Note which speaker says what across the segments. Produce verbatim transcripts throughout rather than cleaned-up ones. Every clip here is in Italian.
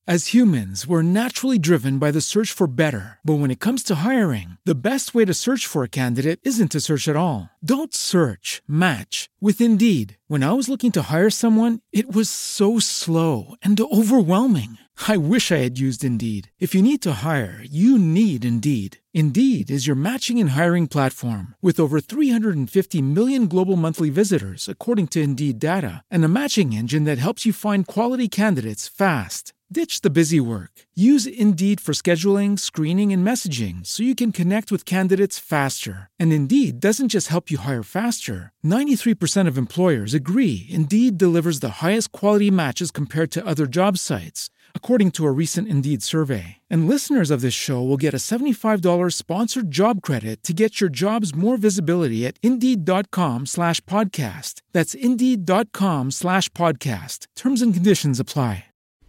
Speaker 1: As humans, we're naturally driven by the search for better. But when it comes to hiring, the best way to search for a candidate isn't to search at all. Don't search, match with Indeed. When I was looking to hire someone, it was so slow and overwhelming. I wish I had used Indeed. If you need to hire, you need Indeed. Indeed is your matching and hiring platform with over three hundred fifty million global monthly visitors, according to Indeed data, and a matching engine that helps you find quality candidates fast. Ditch the busy work. Use Indeed for scheduling, screening, and messaging so you can connect with candidates faster. And Indeed doesn't just help you hire faster. ninety-three percent of employers agree Indeed delivers the highest quality matches compared to other job sites, according to a recent Indeed survey. And listeners of this show will get a seventy-five dollars sponsored job credit to get your jobs more visibility at Indeed.com slash podcast. That's Indeed.com slash podcast. Terms and conditions apply.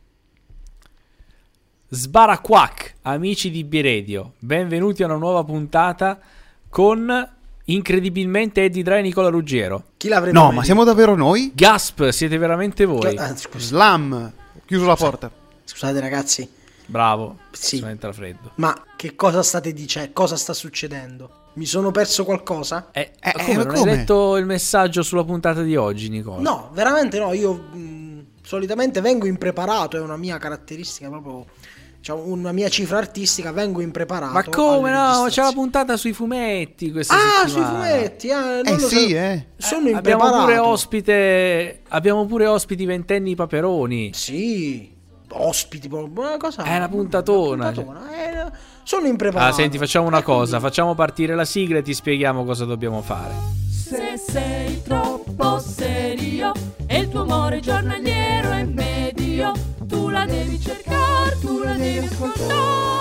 Speaker 2: Sbaraquac, amici di B-Radio, benvenuti a una nuova puntata con incredibilmente Eddie Dry e Nicola Ruggiero.
Speaker 3: Chi l'avrebbe
Speaker 4: No,
Speaker 3: mai
Speaker 4: ma
Speaker 3: detto?
Speaker 4: siamo davvero noi?
Speaker 2: Gasp, siete veramente voi?
Speaker 3: Ah, scusa.
Speaker 4: Slam, chiuso la porta.
Speaker 3: Scusate ragazzi,
Speaker 2: Bravo,
Speaker 3: Sì.
Speaker 2: sono entra freddo.
Speaker 3: ma che cosa state dicendo? Cosa sta succedendo? Mi sono perso qualcosa?
Speaker 2: Eh,
Speaker 4: Eh,
Speaker 2: come,
Speaker 4: eh,
Speaker 2: non
Speaker 4: come?
Speaker 2: hai letto il messaggio sulla puntata di oggi, Nicola?
Speaker 3: No, veramente no, io mh, solitamente vengo impreparato, è una mia caratteristica proprio, diciamo, una mia cifra artistica, vengo impreparato.
Speaker 2: Ma come
Speaker 3: alle
Speaker 2: no? C'è la
Speaker 3: registrazioni.
Speaker 2: puntata sui fumetti questa
Speaker 3: Ah, sui
Speaker 2: settimana.
Speaker 3: fumetti, ah, non
Speaker 4: Eh
Speaker 3: lo
Speaker 4: sì,
Speaker 3: so.
Speaker 4: eh.
Speaker 3: Sono
Speaker 2: Abbiamo
Speaker 3: impreparato.
Speaker 2: pure ospite Abbiamo pure ospiti ventenni paperoni.
Speaker 3: Sì, ospiti, proprio, una cosa.
Speaker 2: È una puntatona,
Speaker 3: una puntatona, eh, sono impreparato.
Speaker 2: Ah, senti, facciamo una
Speaker 3: E
Speaker 2: cosa,
Speaker 3: quindi-
Speaker 2: facciamo partire la sigla e ti spieghiamo cosa dobbiamo fare.
Speaker 5: Se sei troppo serio e il tuo amore giornaliero è medio, tu la devi cercare, tu la devi ascoltare.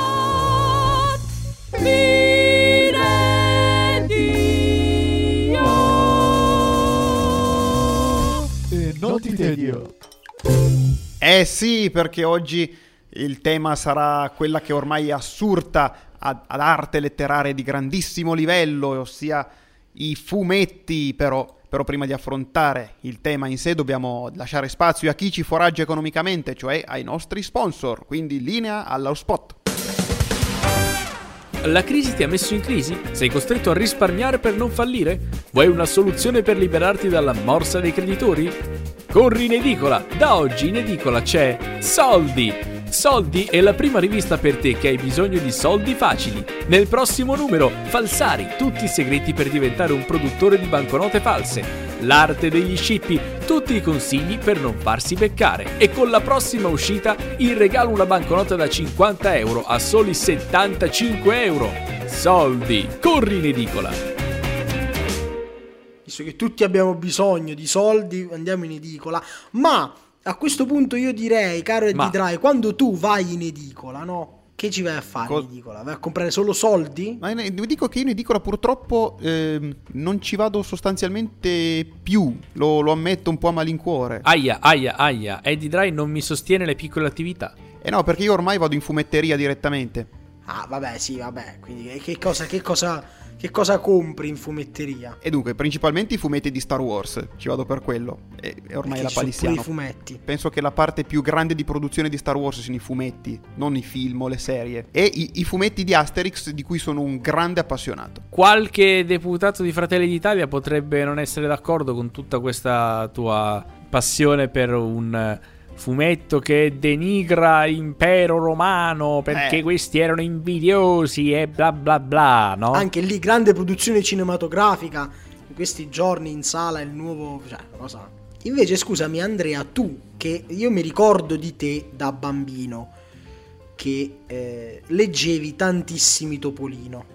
Speaker 5: B-Radio.
Speaker 6: E non ti tedio.
Speaker 4: Eh sì, perché oggi il tema sarà quella che ormai è assurda ad, ad arte letteraria di grandissimo livello, ossia i fumetti. Però, però prima di affrontare il tema in sé dobbiamo lasciare spazio a chi ci foraggia economicamente, cioè ai nostri sponsor. Quindi linea allo spot.
Speaker 2: La crisi ti ha messo in crisi? Sei costretto a risparmiare per non fallire? Vuoi una soluzione per liberarti dalla morsa dei creditori? Corri in edicola! Da oggi in edicola c'è Soldi! Soldi è la prima rivista per te che hai bisogno di soldi facili. Nel prossimo numero, Falsari, tutti i segreti per diventare un produttore di banconote false. L'arte degli scippi, tutti i consigli per non farsi beccare. E con la prossima uscita, in regalo una banconota da cinquanta euro a soli settantacinque euro. Soldi! Corri in edicola!
Speaker 3: Visto che tutti abbiamo bisogno di soldi, andiamo in edicola. Ma a questo punto io direi, caro Eddie
Speaker 2: Ma-
Speaker 3: Dry, quando tu vai in edicola, no? Che ci vai a fare
Speaker 4: Co-
Speaker 3: in edicola? Vai a comprare solo soldi?
Speaker 4: Ma ne- vi dico che io in edicola purtroppo ehm, non ci vado sostanzialmente più, lo, lo ammetto un po' a malincuore.
Speaker 2: Aia, aia, aia, Eddie Dry non mi sostiene le piccole attività.
Speaker 4: Eh no, perché io ormai vado in fumetteria direttamente.
Speaker 3: Ah, vabbè, sì, vabbè. Quindi che- che cosa, che cosa, che cosa compri in fumetteria?
Speaker 4: E dunque, principalmente i fumetti di Star Wars, ci vado per quello. E, e ormai
Speaker 3: Perché
Speaker 4: la
Speaker 3: ci sono pure
Speaker 4: palissiamo.
Speaker 3: i fumetti.
Speaker 4: Penso che la parte più grande di produzione di Star Wars siano i fumetti, non i film o le serie. E i, i fumetti di Asterix, di cui sono un grande appassionato.
Speaker 2: Qualche deputato di Fratelli d'Italia potrebbe non essere d'accordo con tutta questa tua passione per un fumetto che denigra l'impero romano perché
Speaker 4: Eh.
Speaker 2: questi erano invidiosi e bla bla bla, no?
Speaker 3: Anche lì, grande produzione cinematografica. In questi giorni in sala il nuovo. Cioè, cosa. Invece, scusami, Andrea, tu, che io mi ricordo di te da bambino, che eh, leggevi tantissimi Topolino.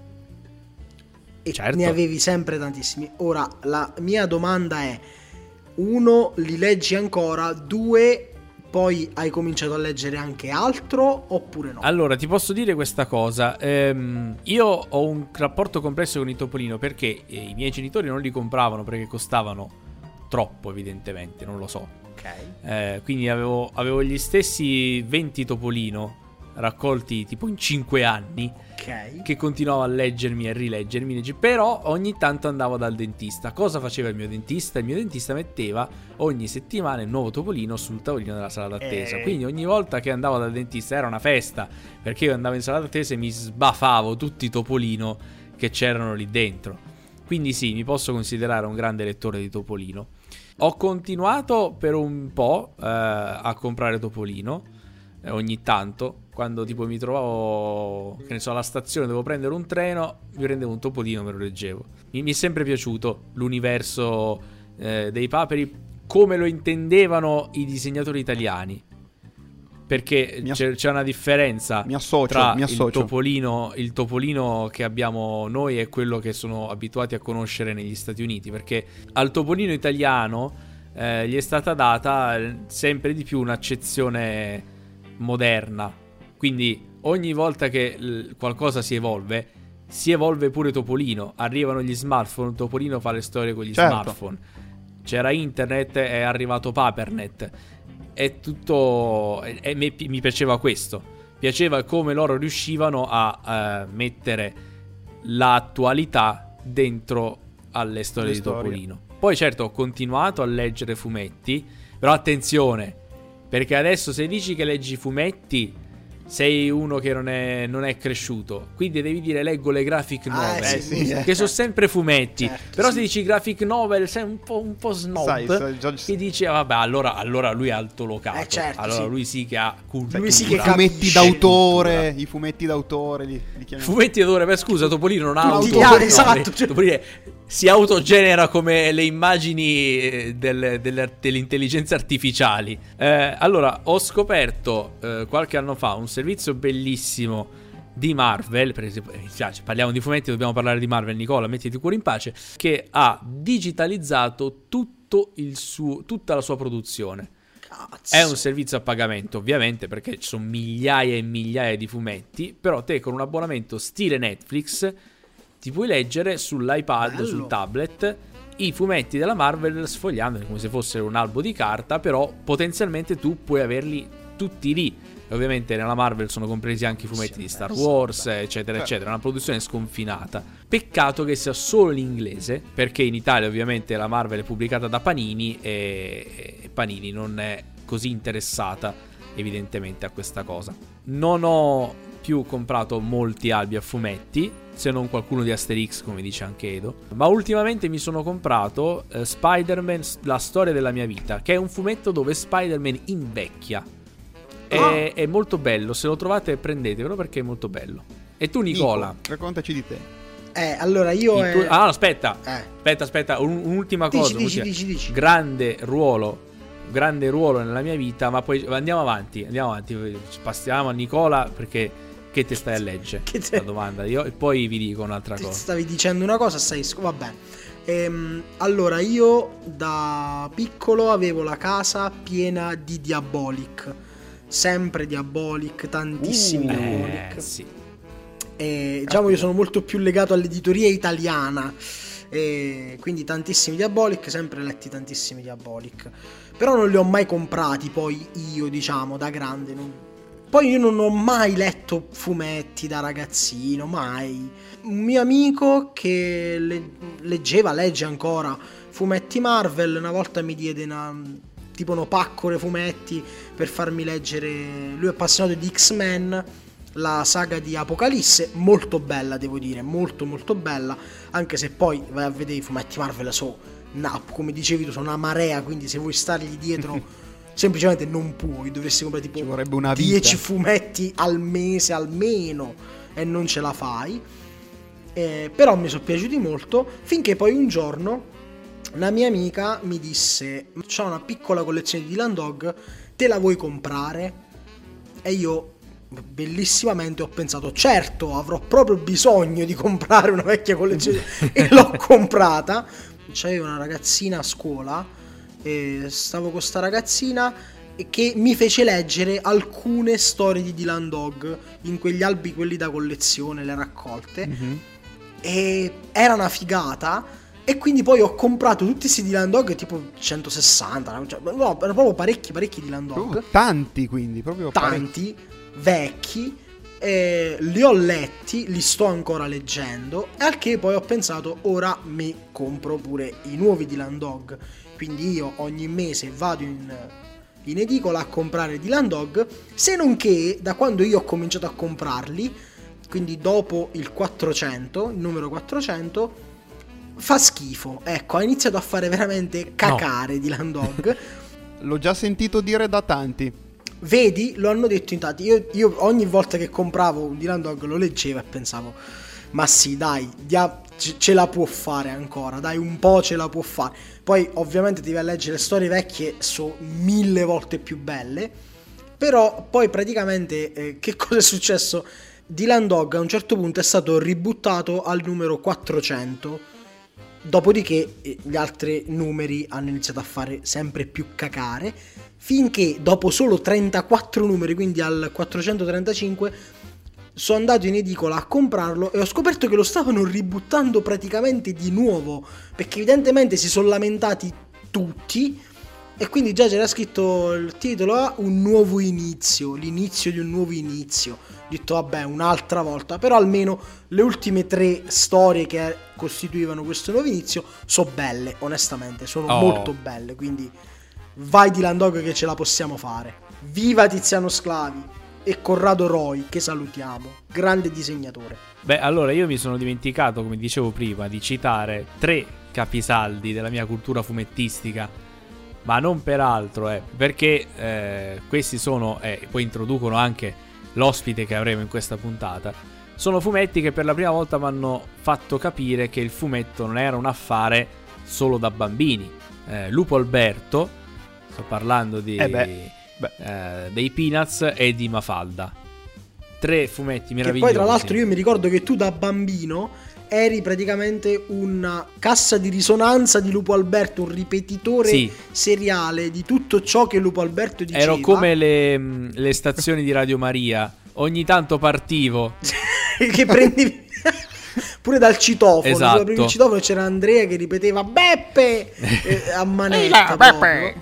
Speaker 3: E
Speaker 2: Certo.
Speaker 3: ne avevi sempre tantissimi. Ora, la mia domanda è: uno, li leggi ancora? Due, poi hai cominciato a leggere anche altro oppure no?
Speaker 2: Allora, ti posso dire questa cosa. Ehm, io ho un rapporto complesso con il Topolino perché eh, i miei genitori non li compravano perché costavano troppo, evidentemente, non lo so.
Speaker 3: Ok.
Speaker 2: Eh, quindi avevo, avevo gli stessi venti Topolino raccolti tipo in cinque anni,
Speaker 3: Ok.
Speaker 2: che continuavo a leggermi e rileggermi, legge- però ogni tanto andavo dal dentista. Cosa faceva il mio dentista? Il mio dentista metteva ogni settimana il nuovo Topolino sul tavolino della sala d'attesa,
Speaker 3: Eh.
Speaker 2: quindi ogni volta che andavo dal dentista era una festa, perché io andavo in sala d'attesa e mi sbafavo tutti i Topolino che c'erano lì dentro. Quindi sì, mi posso considerare un grande lettore di Topolino. Ho continuato per un po' eh, a comprare Topolino eh, ogni tanto, quando tipo mi trovavo, che ne so, alla stazione, dovevo prendere un treno, mi prendevo un Topolino, me lo leggevo. Mi, mi è sempre piaciuto l'universo eh, dei paperi, come lo intendevano i disegnatori italiani, perché
Speaker 4: Mi ass-
Speaker 2: c'è, c'è una differenza
Speaker 4: Mi associo,
Speaker 2: tra
Speaker 4: mi
Speaker 2: il
Speaker 4: associo.
Speaker 2: topolino, il topolino che abbiamo noi e quello che sono abituati a conoscere negli Stati Uniti, perché al topolino italiano eh, gli è stata data eh, sempre di più un'accezione moderna, quindi ogni volta che l- qualcosa si evolve, si evolve pure Topolino. Arrivano gli smartphone, Topolino fa le storie con gli
Speaker 4: Certo.
Speaker 2: smartphone. C'era internet, è arrivato Papernet. È tutto. E, e me- mi piaceva questo. Piaceva come loro riuscivano a eh, mettere l'attualità dentro alle storie
Speaker 4: Le
Speaker 2: di
Speaker 4: storie.
Speaker 2: Topolino. Poi certo ho continuato a leggere fumetti, però attenzione, perché adesso se dici che leggi fumetti sei uno che non è, non è cresciuto, quindi devi dire leggo le graphic
Speaker 3: Ah,
Speaker 2: novel,
Speaker 3: eh,
Speaker 4: sì, sì,
Speaker 2: che sono sempre fumetti.
Speaker 3: Certo,
Speaker 2: Però
Speaker 3: sì.
Speaker 2: se dici graphic novel sei un po', un po' snob,
Speaker 4: Sai, sai, già-
Speaker 2: che dice ah, vabbè, allora, allora lui è altolocato,
Speaker 3: Eh, certo,
Speaker 2: allora
Speaker 3: sì.
Speaker 2: lui sì che ha cultura.
Speaker 3: Lui sì
Speaker 4: I
Speaker 3: che
Speaker 4: fumetti
Speaker 3: capisce
Speaker 4: d'autore, i fumetti d'autore li, li chiamiamo.
Speaker 2: Fumetti d'autore, beh scusa, Topolino non ha
Speaker 3: Tutti gli
Speaker 2: autore,
Speaker 3: altri,
Speaker 2: no,
Speaker 3: esatto,
Speaker 2: le-
Speaker 3: cioè-
Speaker 2: Topolino si autogenera come le immagini eh, del- delle, delle intelligenze artificiali. Eh, allora, ho scoperto eh, qualche anno fa un servizio bellissimo di Marvel, per esempio, eh, mi piace, parliamo di fumetti, dobbiamo parlare di Marvel, Nicola, mettiti il cuore in pace, che ha digitalizzato tutto il suo, tutta la sua produzione.
Speaker 3: Cazzo.
Speaker 2: È un servizio a pagamento, ovviamente, perché ci sono migliaia e migliaia di fumetti, però te con un abbonamento stile Netflix ti puoi leggere sull'iPad,
Speaker 3: Bello.
Speaker 2: sul tablet, i fumetti della Marvel sfogliandoli come se fossero un albo di carta, però potenzialmente tu puoi averli tutti lì. E ovviamente nella Marvel sono compresi anche i fumetti
Speaker 3: Sì,
Speaker 2: di Star
Speaker 3: beh,
Speaker 2: Wars,
Speaker 3: sì, beh.
Speaker 2: eccetera,
Speaker 4: Certo.
Speaker 2: eccetera. Una produzione sconfinata. Peccato che sia solo in inglese, perché in Italia ovviamente la Marvel è pubblicata da Panini e, e Panini non è così interessata evidentemente a questa cosa. Non ho più comprato molti albi a fumetti, se non qualcuno di Asterix, come dice anche Edo, ma ultimamente mi sono comprato eh, Spider-Man, la storia della mia vita, che è un fumetto dove Spider-Man invecchia. È,
Speaker 3: Ah.
Speaker 2: è molto bello, se lo trovate prendetevelo perché è molto bello. E tu Nicola?
Speaker 4: Nico, raccontaci di te.
Speaker 3: Eh, allora io...
Speaker 2: il tuo-
Speaker 3: eh,
Speaker 2: Ah no, aspetta,
Speaker 3: eh.
Speaker 2: aspetta, aspetta, un- un'ultima
Speaker 3: Dici,
Speaker 2: cosa.
Speaker 3: dici,
Speaker 2: un'ultima-
Speaker 3: dici, dici.
Speaker 2: Grande ruolo, grande ruolo nella mia vita, ma poi andiamo avanti, andiamo avanti, passiamo a Nicola perché che te stai a leggere?
Speaker 3: Che te-
Speaker 2: La domanda io e poi vi dico un'altra
Speaker 3: Ti
Speaker 2: cosa.
Speaker 3: stavi dicendo una cosa, stai... sc- Vabbè. Ehm, allora, io da piccolo avevo la casa piena di Diabolic. Sempre Diabolic, tantissimi
Speaker 4: Uh,
Speaker 3: Diabolic.
Speaker 2: Eh, sì.
Speaker 3: E, diciamo, io sono molto più legato all'editoria italiana. E quindi tantissimi Diabolic, sempre letti tantissimi Diabolic. Però non li ho mai comprati poi io, diciamo, da grande. non- Poi io non ho mai letto fumetti da ragazzino, mai. Un mio amico che le- leggeva, legge ancora fumetti Marvel, una volta mi diede una, tipo uno pacco di fumetti per farmi leggere. Lui è appassionato di X-Men, la saga di Apocalisse, molto bella devo dire, molto molto bella, anche se poi vai a vedere i fumetti Marvel sono, no, come dicevi tu, sono una marea, quindi se vuoi stargli dietro semplicemente non puoi, dovresti comprare
Speaker 4: Ci
Speaker 3: tipo
Speaker 4: vorrebbe una vita.
Speaker 3: dieci fumetti al mese almeno e non ce la fai. Eh, però mi sono piaciuti molto, finché poi un giorno una mia amica mi disse: c'ho una piccola collezione di Dylan Dog, te la vuoi comprare? E io bellissimamente ho pensato: certo, avrò proprio bisogno di comprare una vecchia collezione. E l'ho comprata. C'avevo una ragazzina a scuola e stavo con sta ragazzina che mi fece leggere alcune storie di Dylan Dog in quegli albi, quelli da collezione, le raccolte.
Speaker 4: Mhm.
Speaker 3: E era una figata. E quindi poi ho comprato tutti questi Dylan Dog, tipo centosessanta, cioè, no, erano proprio parecchi parecchi Dylan Dog,
Speaker 4: Proprio tanti, quindi, proprio parecchi.
Speaker 3: tanti. vecchi, eh, li ho letti, li sto ancora leggendo, e al che poi ho pensato ora mi compro pure i nuovi Dylan Dog, quindi io ogni mese vado in, in edicola a comprare Dylan Dog, se non che da quando io ho cominciato a comprarli, quindi dopo il quattrocento, il numero quattrocento, fa schifo, ecco, ha iniziato a fare veramente cacare no. Dylan Dog.
Speaker 4: L'ho già sentito dire da tanti.
Speaker 3: Vedi, lo hanno detto in tanti. Io, io ogni volta che compravo un Dylan Dog lo leggevo e pensavo, ma sì dai, dia- ce la può fare ancora, dai, un po' ce la può fare. Poi ovviamente ti vai a leggere le storie vecchie, sono mille volte più belle. Però poi praticamente eh, che cosa è successo? Dylan Dog a un certo punto è stato ributtato al numero quattrocento, dopodiché eh, gli altri numeri hanno iniziato a fare sempre più cacare, finché dopo solo trentaquattro numeri, quindi al quattrocentotrentacinque, sono andato in edicola a comprarlo e ho scoperto che lo stavano ributtando praticamente di nuovo, perché evidentemente si sono lamentati tutti, e quindi già c'era scritto il titolo a un nuovo inizio, l'inizio di un nuovo inizio. Ho detto vabbè, un'altra volta, però almeno le ultime tre storie che costituivano questo nuovo inizio sono belle, onestamente, sono
Speaker 2: oh.
Speaker 3: molto belle, quindi vai Dylan Dog che ce la possiamo fare. Viva Tiziano Sclavi e Corrado Roy, che salutiamo, grande disegnatore.
Speaker 2: Beh, allora io mi sono dimenticato, come dicevo prima, di citare tre capisaldi della mia cultura fumettistica, ma non per altro, eh, perché eh, questi sono, e eh, poi introducono anche l'ospite che avremo in questa puntata. Sono fumetti che per la prima volta mi hanno fatto capire che il fumetto non era un affare solo da bambini. eh, Lupo Alberto, sto parlando di
Speaker 4: eh beh, beh.
Speaker 2: Eh, dei Peanuts e di Mafalda, tre fumetti meravigliosi.
Speaker 3: Che poi tra l'altro io mi ricordo che tu da bambino eri praticamente una cassa di risonanza di Lupo Alberto, un ripetitore sì. seriale di tutto ciò che Lupo Alberto diceva.
Speaker 2: Ero come le, le stazioni di Radio Maria, ogni tanto partivo
Speaker 3: che prendevi pure dal citofono.
Speaker 2: Esatto.
Speaker 3: Prima il citofono c'era Andrea che ripeteva Beppe eh, a manetta.
Speaker 4: Ehi là, Beppe.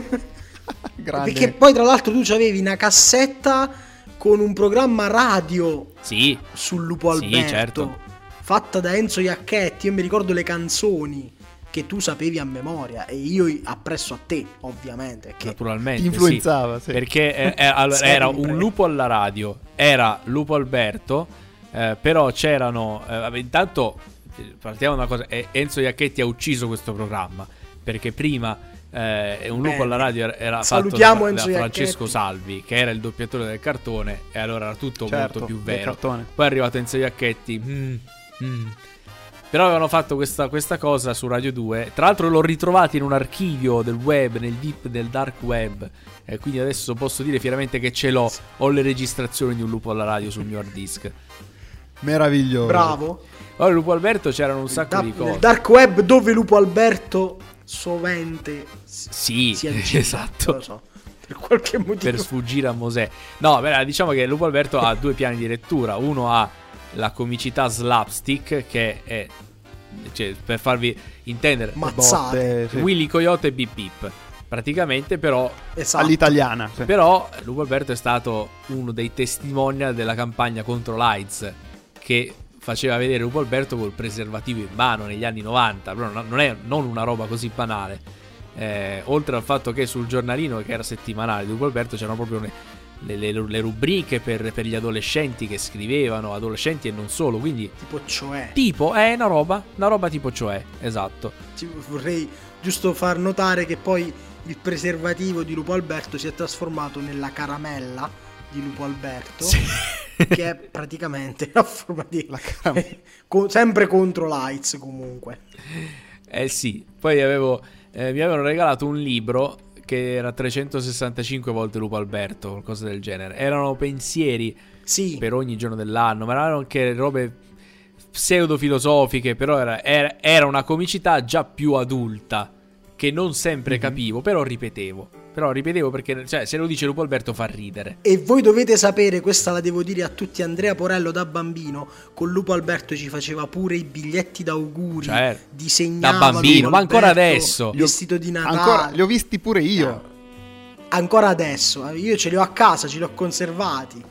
Speaker 3: Perché poi tra l'altro tu c'avevi una cassetta con un programma radio
Speaker 2: sì.
Speaker 3: sul Lupo Alberto,
Speaker 2: sì, certo.
Speaker 3: fatta da Enzo Iacchetti. Io mi ricordo le canzoni che tu sapevi a memoria e io appresso a te, ovviamente, che
Speaker 2: naturalmente
Speaker 4: ti influenzava,
Speaker 2: sì.
Speaker 4: Sì.
Speaker 2: Perché eh, eh, allora, era un lupo alla radio, era Lupo Alberto, eh, però c'erano eh, intanto partiamo da una cosa, eh, Enzo Iacchetti ha ucciso questo programma, perché prima eh, un lupo Bene. alla radio era, era
Speaker 3: Salutiamo
Speaker 2: fatto da,
Speaker 3: Enzo
Speaker 2: da Francesco
Speaker 3: Iacchetti.
Speaker 2: Salvi, che era il doppiatore del cartone, e allora era tutto
Speaker 4: certo,
Speaker 2: molto più vero.
Speaker 4: Poi
Speaker 2: è arrivato Enzo Iacchetti, mm, mm. Però avevano fatto questa, questa cosa su Radio due. Tra l'altro l'ho ritrovato in un archivio del web, nel deep del dark web, e quindi adesso posso dire fieramente che ce l'ho. Ho le registrazioni di un lupo alla radio sul mio hard disk.
Speaker 4: Meraviglioso.
Speaker 3: Bravo.
Speaker 2: Allora, Lupo Alberto c'erano un sacco
Speaker 3: da-
Speaker 2: di cose.
Speaker 3: Nel dark web dove Lupo Alberto sovente
Speaker 2: sì,
Speaker 3: si aggira,
Speaker 2: esatto.
Speaker 3: non lo so, per qualche motivo.
Speaker 2: Per sfuggire a Mosè. No, beh, diciamo che Lupo Alberto ha due piani di lettura. Uno ha la comicità slapstick, che è, cioè, per farvi intendere,
Speaker 3: mazzate,
Speaker 4: sì.
Speaker 2: Willy Coyote e Bip Bip praticamente, però
Speaker 3: esatto.
Speaker 4: all'italiana, sì.
Speaker 2: Però Lupo Alberto è stato uno dei testimonial della campagna contro l'AIDS, che faceva vedere Lupo Alberto col preservativo in mano negli anni novanta. Però non è non una roba così banale, eh, oltre al fatto che sul giornalino, che era settimanale, di Lupo Alberto, c'erano proprio le Le, le, le rubriche per, per gli adolescenti che scrivevano, adolescenti e non solo, quindi
Speaker 3: tipo cioè
Speaker 2: tipo è una roba una roba tipo cioè, esatto.
Speaker 3: Ci vorrei giusto far notare che poi il preservativo di Lupo Alberto si è trasformato nella caramella di Lupo Alberto, sì. Che è praticamente a forma di
Speaker 4: la caram-
Speaker 3: co- sempre contro l'AIDS comunque.
Speaker 2: Eh sì, poi avevo eh, mi avevano regalato un libro che era trecentosessantacinque volte Lupo Alberto, qualcosa del genere. Erano pensieri
Speaker 3: sì.
Speaker 2: per ogni giorno dell'anno, ma erano anche robe pseudo-filosofiche, però era, era, era una comicità già più adulta, che non sempre mm-hmm. capivo, però ripetevo. Però ripetevo perché, cioè, se lo dice Lupo Alberto fa ridere.
Speaker 3: E voi dovete sapere, questa la devo dire a tutti, Andrea Porello da bambino con Lupo Alberto ci faceva pure i biglietti d'auguri,
Speaker 2: cioè,
Speaker 3: disegnava
Speaker 2: da bambino,
Speaker 3: Lupo
Speaker 2: ma ancora
Speaker 3: Alberto
Speaker 2: adesso
Speaker 3: vestito di Natale.
Speaker 4: Ancora, li ho visti pure io.
Speaker 3: No. Ancora adesso, io ce li ho a casa, ce li ho conservati.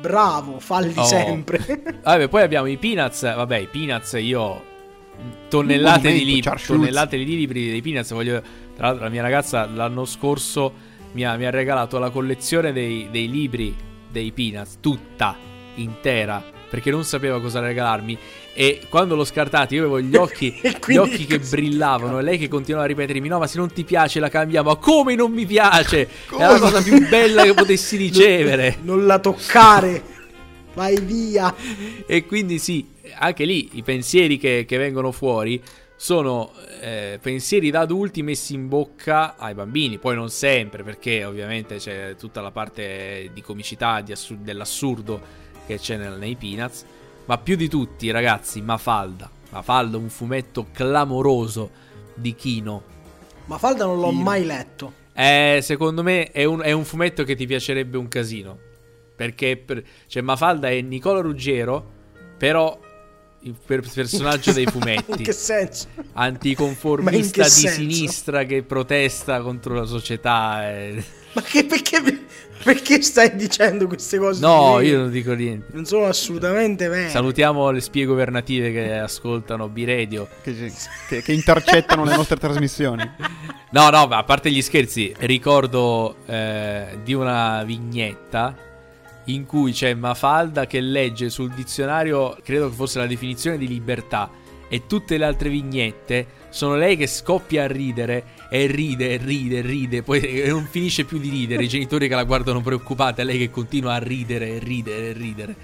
Speaker 3: bravo, falli
Speaker 2: Oh.
Speaker 3: sempre.
Speaker 2: Vabbè, poi abbiamo i Peanuts. Vabbè, i Peanuts io tonnellate di libri,
Speaker 4: Charles Schulz.
Speaker 2: tonnellate di libri dei Peanuts. Voglio, tra l'altro, la mia ragazza l'anno scorso mi ha, mi ha regalato la collezione dei, dei libri dei Peanuts, tutta intera, perché non sapeva cosa regalarmi. E quando l'ho scartato, io avevo gli occhi,
Speaker 3: E
Speaker 2: gli
Speaker 3: quindi
Speaker 2: occhi che
Speaker 3: così-
Speaker 2: brillavano, e lei che continuava a ripetermi: no, ma se non ti piace la cambiamo. Ma come non mi piace? È la
Speaker 3: Come?
Speaker 2: cosa più bella che potessi ricevere.
Speaker 3: Non, non la toccare. Vai via.
Speaker 2: E quindi sì, anche lì i pensieri che, che vengono fuori sono eh, pensieri da adulti messi in bocca ai bambini. Poi non sempre, perché ovviamente c'è tutta la parte di comicità, di assur- dell'assurdo che c'è nel- nei Peanuts. Ma più di tutti, ragazzi, Mafalda. Mafalda, un fumetto clamoroso di Kino.
Speaker 3: Mafalda non l'ho
Speaker 4: Sì.
Speaker 3: mai letto.
Speaker 2: Eh, secondo me è un, è un fumetto che ti piacerebbe un casino. Perché per, cioè Mafalda è Nicola Ruggero, però il per- personaggio dei
Speaker 3: In
Speaker 2: fumetti.
Speaker 3: che senso? Ma in
Speaker 2: Anticonformista
Speaker 3: che
Speaker 2: di
Speaker 3: senso?
Speaker 2: sinistra che protesta contro la società. eh.
Speaker 3: Ma che, perché, perché stai dicendo queste cose?
Speaker 2: No,
Speaker 3: di me?
Speaker 2: io non dico niente.
Speaker 3: Non sono assolutamente vere.
Speaker 2: Salutiamo le spie governative che ascoltano B-Radio.
Speaker 4: Che, che- che intercettano le nostre trasmissioni.
Speaker 2: No, no, ma a parte gli scherzi, ricordo eh, di una vignetta in cui c'è Mafalda che legge sul dizionario, credo che fosse la definizione di libertà, e tutte le altre vignette sono lei che scoppia a ridere e ride e ride e ride, poi e non finisce più di ridere, i genitori che la guardano preoccupati, e lei che continua a ridere e ridere e ridere.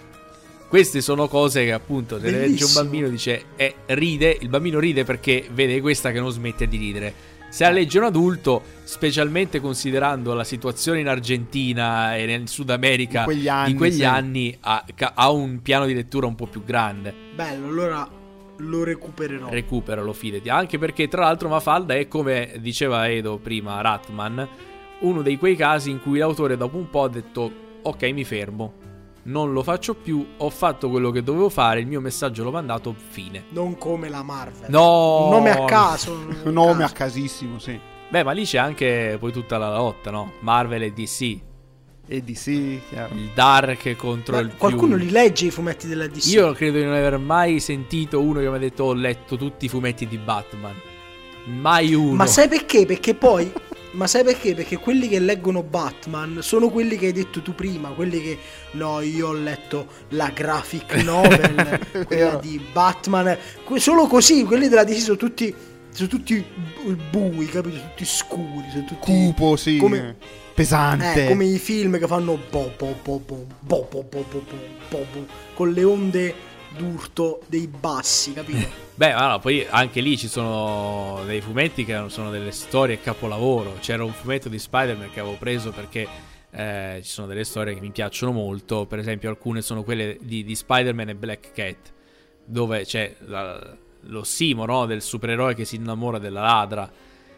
Speaker 2: Queste sono cose che appunto se le legge un
Speaker 3: Bellissimo.
Speaker 2: bambino dice eh, ride, il bambino ride perché vede questa che non smette di ridere. Se la legge un adulto, specialmente considerando la situazione in Argentina e nel Sud America
Speaker 4: In quegli anni,
Speaker 2: in quegli
Speaker 4: sì.
Speaker 2: anni, ha, ca- ha un piano di lettura un po' più grande.
Speaker 3: Bello, allora lo recupererò.
Speaker 2: Recuperalo, fidati. Anche perché tra l'altro Mafalda è, come diceva Edo prima, Ratman, uno di quei casi in cui l'autore dopo un po' ha detto ok, mi fermo, non lo faccio più, ho fatto quello che dovevo fare, il mio messaggio l'ho mandato, fine.
Speaker 3: Non come la Marvel.
Speaker 2: No,
Speaker 3: Un nome a caso. un
Speaker 4: Un nome a
Speaker 3: caso.
Speaker 4: casissimo, sì.
Speaker 2: Beh, ma lì c'è anche poi tutta la lotta, no? Marvel e D C,
Speaker 4: E di sì, chiaro.
Speaker 2: il dark contro
Speaker 3: Ma
Speaker 2: il
Speaker 3: qualcuno
Speaker 2: più...
Speaker 3: li legge i fumetti della D C?
Speaker 2: Io credo di non aver mai sentito uno che mi ha detto ho letto tutti i fumetti di Batman. Mai uno.
Speaker 3: Ma sai perché? Perché poi. Ma sai perché? Perché quelli che leggono Batman sono quelli che hai detto tu prima. Quelli che. No, io ho letto la graphic novel, quella
Speaker 4: Vero.
Speaker 3: di Batman. Que- Solo così, quelli della D C sono tutti. Sono tutti bui, capito? Tutti scuri. Sono tutti.
Speaker 4: Cupo, sì.
Speaker 3: Come-
Speaker 4: Pesante.
Speaker 3: Eh, come i film che fanno bo bo bo bo bo bo bo bo bo bo, con le onde d'urto dei bassi, capito?
Speaker 2: Beh, allora, poi anche lì ci sono dei fumetti che sono delle storie capolavoro. C'era un fumetto di Spider-Man che avevo preso perché eh, ci sono delle storie che mi piacciono molto. Per esempio, alcune sono quelle di, di Spider-Man e Black Cat, dove c'è la, lo simo, no, del supereroe che si innamora della ladra.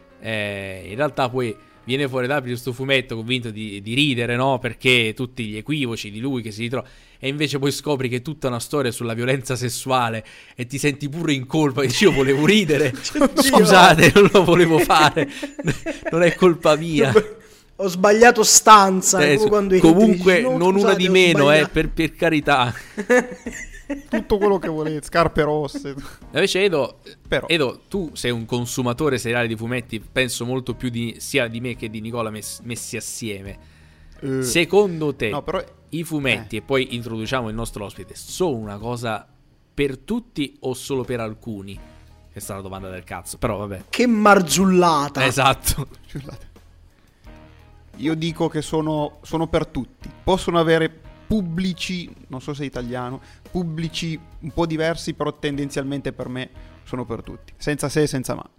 Speaker 2: Eh, in realtà poi viene fuori da questo fumetto convinto di, di ridere, no? Perché tutti gli equivoci di lui che si ritrova, e invece poi scopri che è tutta una storia sulla violenza sessuale e ti senti pure in colpa, dici io volevo ridere, scusate, non lo volevo fare, non è colpa mia.
Speaker 3: Ho sbagliato stanza.
Speaker 2: Eh,
Speaker 3: come quando
Speaker 2: comunque
Speaker 3: dici, no,
Speaker 2: non una
Speaker 3: scusate,
Speaker 2: di
Speaker 3: ho
Speaker 2: meno, eh,
Speaker 3: sbagliato.
Speaker 2: per, per carità.
Speaker 4: Tutto quello che volete, scarpe rosse.
Speaker 2: Invece Edo,
Speaker 4: Però.
Speaker 2: Edo, tu sei un consumatore seriale di fumetti, penso molto più di, sia di me che di Nicola mess- messi assieme.
Speaker 4: Eh,
Speaker 2: Secondo te
Speaker 4: no, però
Speaker 2: i fumetti,
Speaker 4: eh.
Speaker 2: e poi introduciamo il nostro ospite, sono una cosa per tutti o solo per alcuni? Questa è la domanda del cazzo, però vabbè.
Speaker 3: Che marzullata.
Speaker 2: Esatto.
Speaker 4: Scusate. Io dico che sono, sono per tutti. Possono avere pubblici, non so se è italiano, pubblici un po' diversi, però tendenzialmente per me sono per tutti. Senza se e senza ma.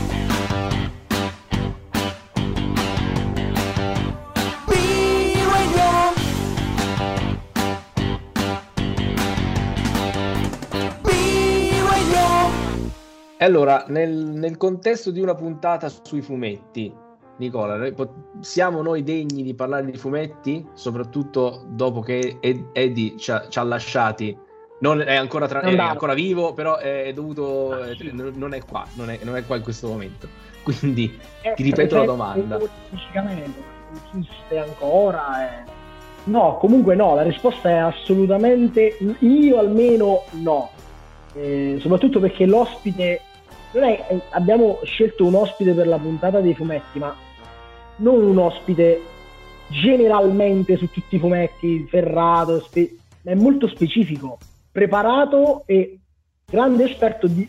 Speaker 2: E allora, nel, nel contesto di una puntata sui fumetti, Nicola, noi pot- siamo noi degni di parlare di fumetti? Soprattutto dopo che Ed- Eddie ci ha, ci ha lasciati. Non è ancora, tra- è ancora vivo, però è dovuto. è- non è qua, non è, non è qua in questo momento. Quindi
Speaker 7: Eh,
Speaker 2: ti ripeto la
Speaker 7: perché
Speaker 2: domanda.
Speaker 7: Fisicamente esiste ancora. eh. No, comunque no, la risposta è assolutamente, io almeno no, eh, soprattutto perché l'ospite, non è, eh, abbiamo scelto un ospite per la puntata dei fumetti, ma non un ospite generalmente su tutti i fumetti, ferrato, spe- è molto specifico, preparato e grande esperto di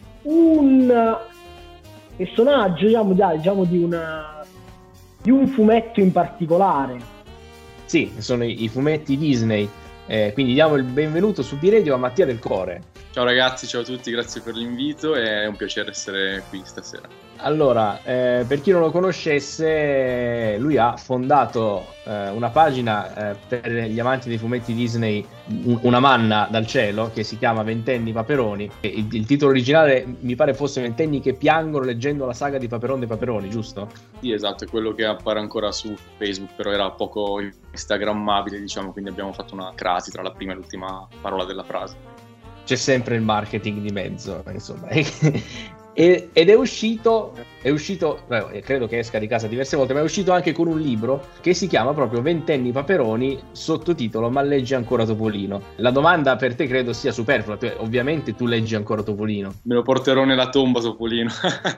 Speaker 7: un personaggio, diciamo, diciamo di, una, di un fumetto in particolare.
Speaker 8: Sì, sono i, i fumetti Disney, eh, quindi diamo il benvenuto su B-Radio a Mattia Del Core.
Speaker 9: Ciao ragazzi, ciao a tutti, grazie per l'invito, è un piacere essere qui stasera.
Speaker 8: Allora, eh, per chi non lo conoscesse, lui ha fondato eh, una pagina eh, per gli amanti dei fumetti Disney, un- una manna dal cielo, che si chiama Ventenni Paperoni. E il, il titolo originale mi pare fosse Ventenni che piangono leggendo la saga di Paperon dei Paperoni, giusto?
Speaker 9: Sì, esatto, è quello che appare ancora su Facebook, però era poco instagrammabile, diciamo, quindi abbiamo fatto una crasi tra la prima e l'ultima parola della frase.
Speaker 8: C'è sempre il marketing di mezzo, insomma. E- ed è uscito, è uscito, beh, credo che esca di casa diverse volte, ma è uscito anche con un libro che si chiama proprio Ventenni Paperoni, sottotitolo Ma leggi ancora Topolino. La domanda per te credo sia superflua, tu- ovviamente tu leggi ancora Topolino.
Speaker 9: Me lo porterò nella tomba Topolino,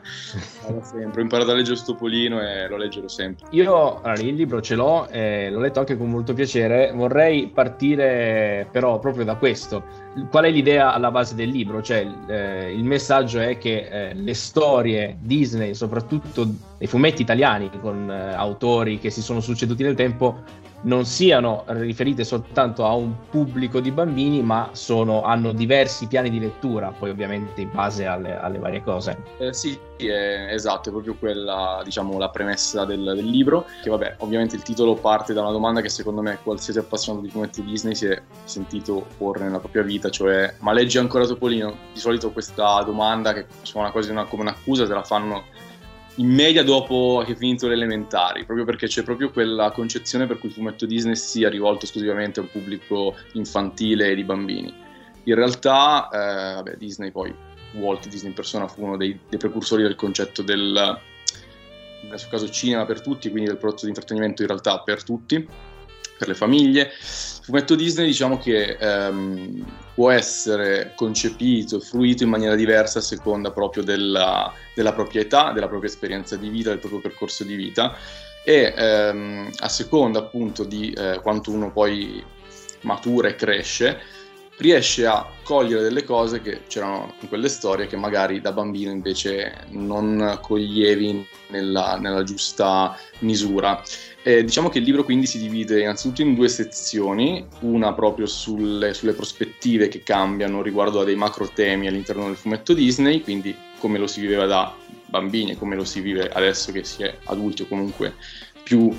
Speaker 9: da sempre, ho imparato a leggere su Topolino e lo leggerò sempre.
Speaker 8: Io allora, il libro ce l'ho, eh, l'ho letto anche con molto piacere, vorrei partire però proprio da questo. Qual è l'idea alla base del libro? Cioè, eh, il messaggio è che eh, le storie Disney, soprattutto i fumetti italiani con eh, autori che si sono succeduti nel tempo, non siano riferite soltanto a un pubblico di bambini, ma sono, hanno diversi piani di lettura, poi ovviamente in base alle, alle varie cose.
Speaker 9: Eh, sì, è, esatto, è proprio quella, diciamo, la premessa del, del libro, che vabbè, ovviamente il titolo parte da una domanda che secondo me qualsiasi appassionato di fumetti Disney si è sentito porre nella propria vita, cioè ma leggi ancora Topolino? Di solito questa domanda, che suona quasi una, come un'accusa, te la fanno in media dopo che hai finito le elementari, proprio perché c'è proprio quella concezione per cui il fumetto Disney sia rivolto esclusivamente a un pubblico infantile e di bambini. In realtà, eh, vabbè, Disney poi, Walt Disney in persona fu uno dei, dei precursori del concetto del, nel suo caso, cinema per tutti, quindi del prodotto di intrattenimento in realtà per tutti, per le famiglie. Il fumetto Disney, diciamo che ehm, può essere concepito e fruito in maniera diversa a seconda proprio della, della propria età, della propria esperienza di vita, del proprio percorso di vita, e ehm, a seconda appunto di eh, quanto uno poi matura e cresce, riesce a cogliere delle cose che c'erano in quelle storie che magari da bambino invece non coglievi nella, nella giusta misura. E diciamo che il libro quindi si divide innanzitutto in due sezioni, una proprio sulle, sulle prospettive che cambiano riguardo a dei macro temi all'interno del fumetto Disney, quindi come lo si viveva da bambini e come lo si vive adesso che si è adulti o comunque più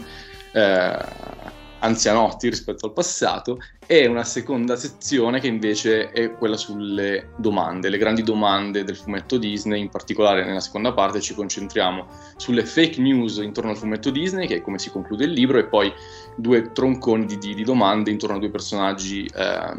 Speaker 9: eh, anzianotti rispetto al passato, e una seconda sezione che invece è quella sulle domande, le grandi domande del fumetto Disney. In particolare nella seconda parte ci concentriamo sulle fake news intorno al fumetto Disney, che è come si conclude il libro, e poi due tronconi di, di, di domande intorno a due personaggi eh,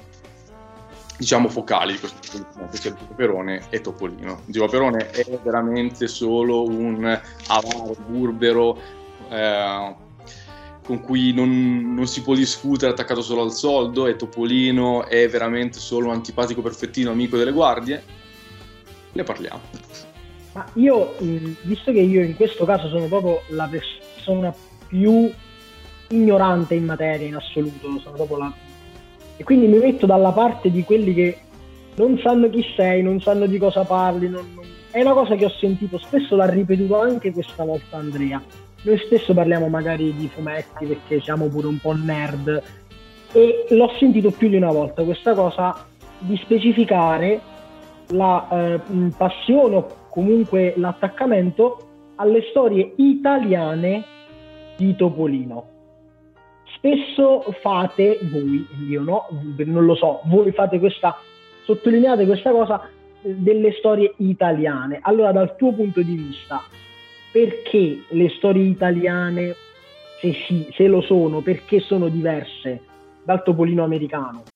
Speaker 9: diciamo focali di questo fumetto, che è Paperone e Topolino. Dio Paperone è veramente solo un avaro burbero eh, con cui non, non si può discutere, attaccato solo al soldo, e Topolino è veramente solo un antipatico perfettino amico delle guardie. Ne parliamo.
Speaker 7: Ma io, visto che io in questo caso sono proprio la persona più ignorante in materia in assoluto, sono proprio la... e quindi mi metto dalla parte di quelli che non sanno chi sei, non sanno di cosa parli, non, non... è una cosa che ho sentito spesso, l'ha ripetuto anche questa volta Andrea. Noi spesso parliamo magari di fumetti perché siamo pure un po' nerd, e l'ho sentito più di una volta questa cosa di specificare la eh, passione o comunque l'attaccamento alle storie italiane di Topolino. Spesso fate voi, io no, non lo so, voi fate questa, sottolineate questa cosa delle storie italiane. Allora, dal tuo punto di vista, perché le storie italiane, se sì, se lo sono, perché sono diverse dal Topolino americano?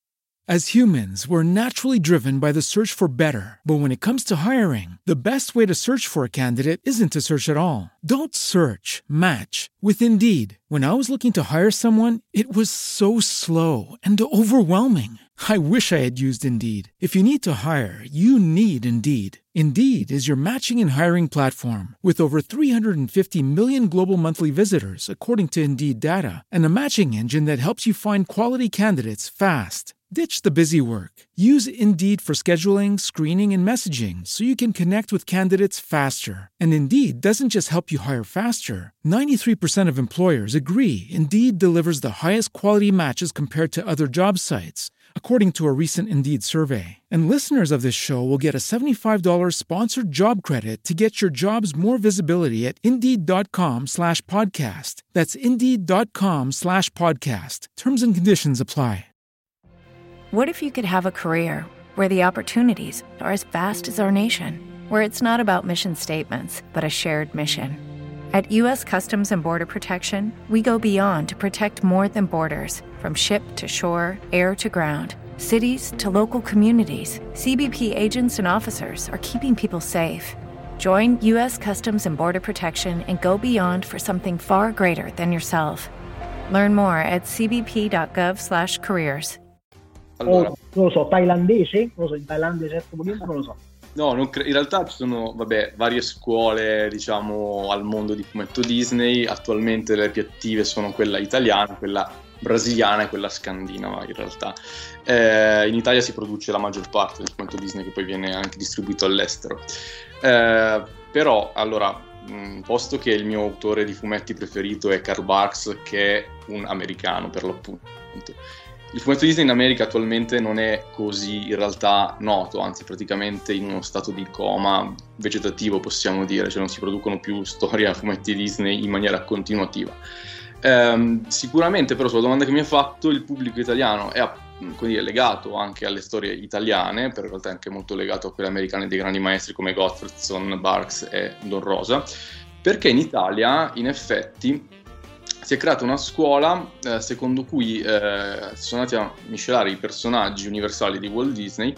Speaker 1: As humans, we're naturally driven by the search for better. But when it comes to hiring, the best way to search for a candidate isn't to search at all. Don't search, match with Indeed. When I was looking to hire someone, it was so slow and overwhelming. I wish I had used Indeed. If you need to hire, you need Indeed. Indeed is your matching and hiring platform with over three hundred fifty million global monthly visitors, according to Indeed data, and a matching engine that helps you find quality candidates fast. Ditch the busy work. Use Indeed for scheduling, screening, and messaging so you can connect with candidates faster. And Indeed doesn't just help you hire faster. ninety-three percent of employers agree Indeed delivers the highest quality matches compared to other job sites, according to a recent Indeed survey. And listeners of this show will get a seventy-five dollars sponsored job credit to get your jobs more visibility at Indeed.com slash podcast. That's Indeed.com slash podcast. Terms and conditions apply.
Speaker 10: What if you could have a career where the opportunities are as vast as our nation, where it's not about mission statements, but a shared mission? At U S Customs and Border Protection, we go beyond to protect more than borders. From ship to shore, air to ground, cities to local communities, C B P agents and officers are keeping people safe. Join U S Customs and Border Protection and go beyond for something far greater than yourself. Learn more at cbp.gov slash careers.
Speaker 9: Allora,
Speaker 7: O, non lo so, thailandese? Non lo so, in thailandese certo motivo, non lo so.
Speaker 9: no, non cre- in realtà ci sono, vabbè, varie scuole, diciamo, al mondo di fumetto Disney. Attualmente le più attive sono quella italiana, quella brasiliana e quella scandinava, in realtà. Eh, in Italia si produce la maggior parte del fumetto Disney, che poi viene anche distribuito all'estero. Eh, però, allora, mh, posto che il mio autore di fumetti preferito è Karl Barks, che è un americano per l'appunto, il fumetto Disney in America attualmente non è così in realtà noto, anzi praticamente in uno stato di coma vegetativo, possiamo dire, cioè non si producono più storie a fumetti Disney in maniera continuativa. Ehm, sicuramente però sulla domanda che mi ha fatto, il pubblico italiano è quindi è legato anche alle storie italiane, però in realtà è anche molto legato a quelle americane dei grandi maestri come Gottfredson, Barks e Don Rosa, perché in Italia in effetti si è creata una scuola eh, secondo cui eh, si sono andati a miscelare i personaggi universali di Walt Disney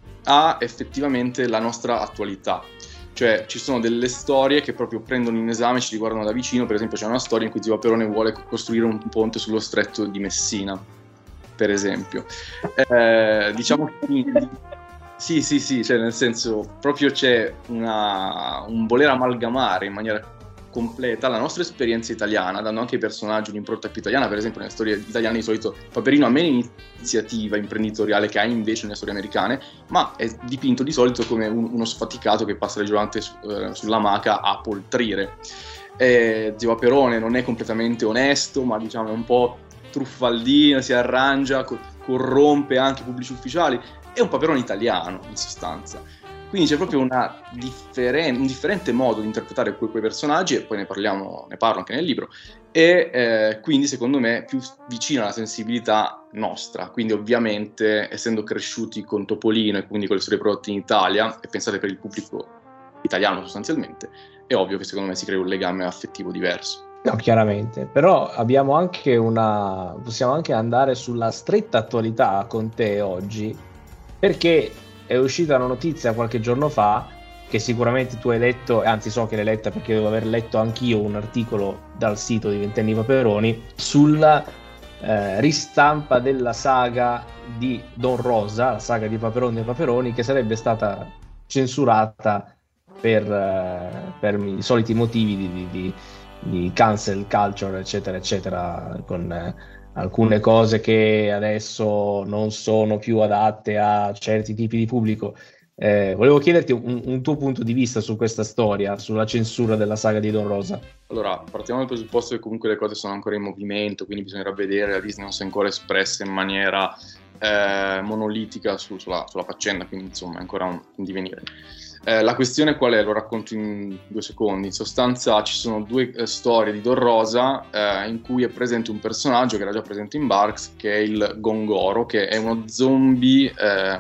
Speaker 9: a effettivamente la nostra attualità. Cioè ci sono delle storie che proprio prendono in esame, ci riguardano da vicino. Per esempio c'è una storia in cui Zio Paperone vuole costruire un ponte sullo stretto di Messina, per esempio. Eh, diciamo quindi, sì, sì, sì, cioè nel senso proprio c'è una, un voler amalgamare in maniera completa la nostra esperienza italiana, dando anche ai personaggi un'impronta più italiana. Per esempio nelle storie italiane di solito Paperino ha meno iniziativa imprenditoriale che ha invece nelle storie americane, ma è dipinto di solito come un, uno sfaticato che passa le giornate su, eh, sull'amaca a poltrire. Eh, Zio Paperone non è completamente onesto, ma diciamo è un po' truffaldino, si arrangia, co- corrompe anche i pubblici ufficiali. È un Paperone italiano in sostanza. Quindi c'è proprio una differen- un differente modo di interpretare que- quei personaggi, e poi ne parliamo, ne parlo anche nel libro, e eh, quindi secondo me più vicino alla sensibilità nostra. Quindi ovviamente essendo cresciuti con Topolino e quindi con le storie prodotte in Italia e pensate per il pubblico italiano sostanzialmente, è ovvio che secondo me si crea un legame affettivo diverso.
Speaker 8: No, chiaramente, però abbiamo anche una possiamo anche andare sulla stretta attualità con te oggi, perché è uscita una notizia qualche giorno fa che sicuramente tu hai letto, anzi so che l'hai letta perché devo aver letto anch'io un articolo dal sito di Ventenni Paperoni sulla eh, ristampa della saga di Don Rosa, la saga di Paperoni e Paperoni, che sarebbe stata censurata per, eh, per i soliti motivi di, di, di, di cancel culture, eccetera, eccetera, con eh, alcune cose che adesso non sono più adatte a certi tipi di pubblico. Eh, volevo chiederti un, un tuo punto di vista su questa storia, sulla censura della saga di Don Rosa.
Speaker 9: Allora, partiamo dal presupposto che comunque le cose sono ancora in movimento, quindi bisognerà vedere, la Disney non si è ancora espressa in maniera eh, monolitica su, sulla, sulla faccenda, quindi insomma è ancora un, un divenire. Eh, la questione qual è? Lo racconto in due secondi. In sostanza ci sono due eh, storie di Don Rosa eh, in cui è presente un personaggio che era già presente in Barks, che è il Gongoro, che è uno zombie eh,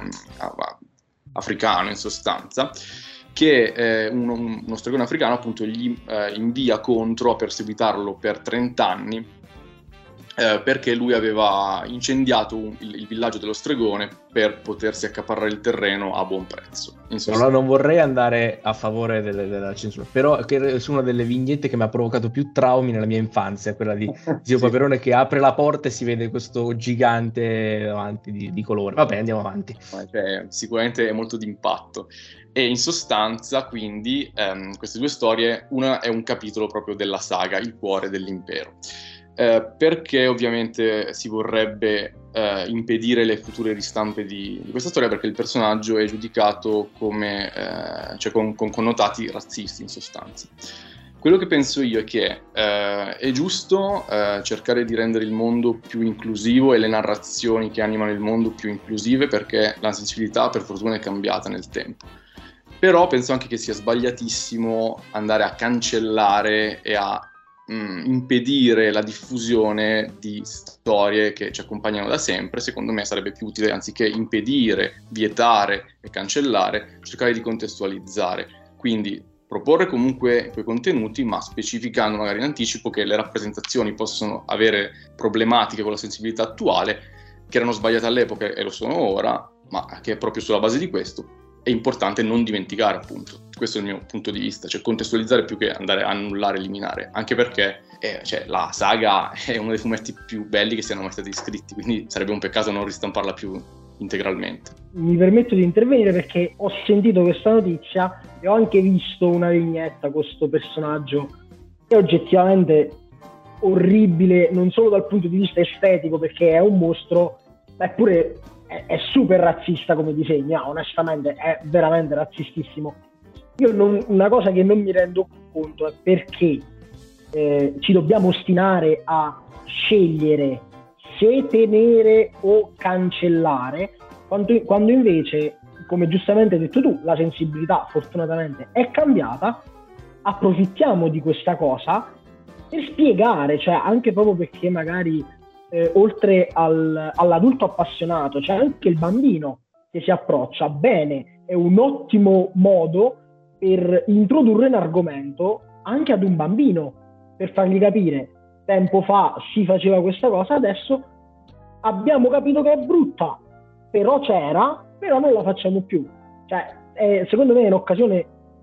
Speaker 9: africano in sostanza, che eh, uno, uno stregone africano appunto gli eh, invia contro a perseguitarlo per trenta anni eh, perché lui aveva incendiato un, il, il villaggio dello stregone per potersi accaparrare il terreno a buon prezzo.
Speaker 8: Allora, non vorrei andare a favore delle, della censura, però che è una delle vignette che mi ha provocato più traumi nella mia infanzia, quella di Zio sì. Paperone che apre la porta e si vede questo gigante davanti di, di colore. Vabbè, andiamo avanti.
Speaker 9: Cioè, sicuramente è molto d'impatto. E in sostanza, quindi, ehm, queste due storie, una è un capitolo proprio della saga, il cuore dell'impero. Eh, perché ovviamente si vorrebbe eh, impedire le future ristampe di, di questa storia, perché il personaggio è giudicato come, eh, cioè con, con connotati razzisti in sostanza. Quello che penso io è che eh, è giusto eh, cercare di rendere il mondo più inclusivo e le narrazioni che animano il mondo più inclusive, perché la sensibilità per fortuna è cambiata nel tempo. Però penso anche che sia sbagliatissimo andare a cancellare e a mh, impedire la diffusione di storie che ci accompagnano da sempre. Secondo me sarebbe più utile, anziché impedire, vietare e cancellare, cercare di contestualizzare. Quindi proporre comunque quei contenuti, ma specificando magari in anticipo che le rappresentazioni possono avere problematiche con la sensibilità attuale, che erano sbagliate all'epoca e lo sono ora, ma che proprio sulla base di questo è importante non dimenticare, appunto. Questo è il mio punto di vista, cioè contestualizzare più che andare a annullare, eliminare, anche perché eh, cioè, la saga è uno dei fumetti più belli che siano mai stati scritti, quindi sarebbe un peccato non ristamparla più integralmente.
Speaker 7: Mi permetto di intervenire perché ho sentito questa notizia e ho anche visto una vignetta con questo personaggio che è oggettivamente orribile, non solo dal punto di vista estetico perché è un mostro, ma è pure è, è super razzista come disegna, onestamente è veramente razzistissimo. Io non, una cosa che non mi rendo conto è perché eh, ci dobbiamo ostinare a scegliere se tenere o cancellare, quando, quando invece, come giustamente hai detto tu, la sensibilità fortunatamente è cambiata. Approfittiamo di questa cosa per spiegare, cioè anche proprio perché magari eh, oltre al, all'adulto appassionato c'è anche il bambino che si approccia bene, è un ottimo modo per introdurre un argomento anche ad un bambino, per fargli capire: tempo fa si faceva questa cosa, adesso abbiamo capito che è brutta, però c'era, però non la facciamo più. Cioè, è, secondo me è un'occasione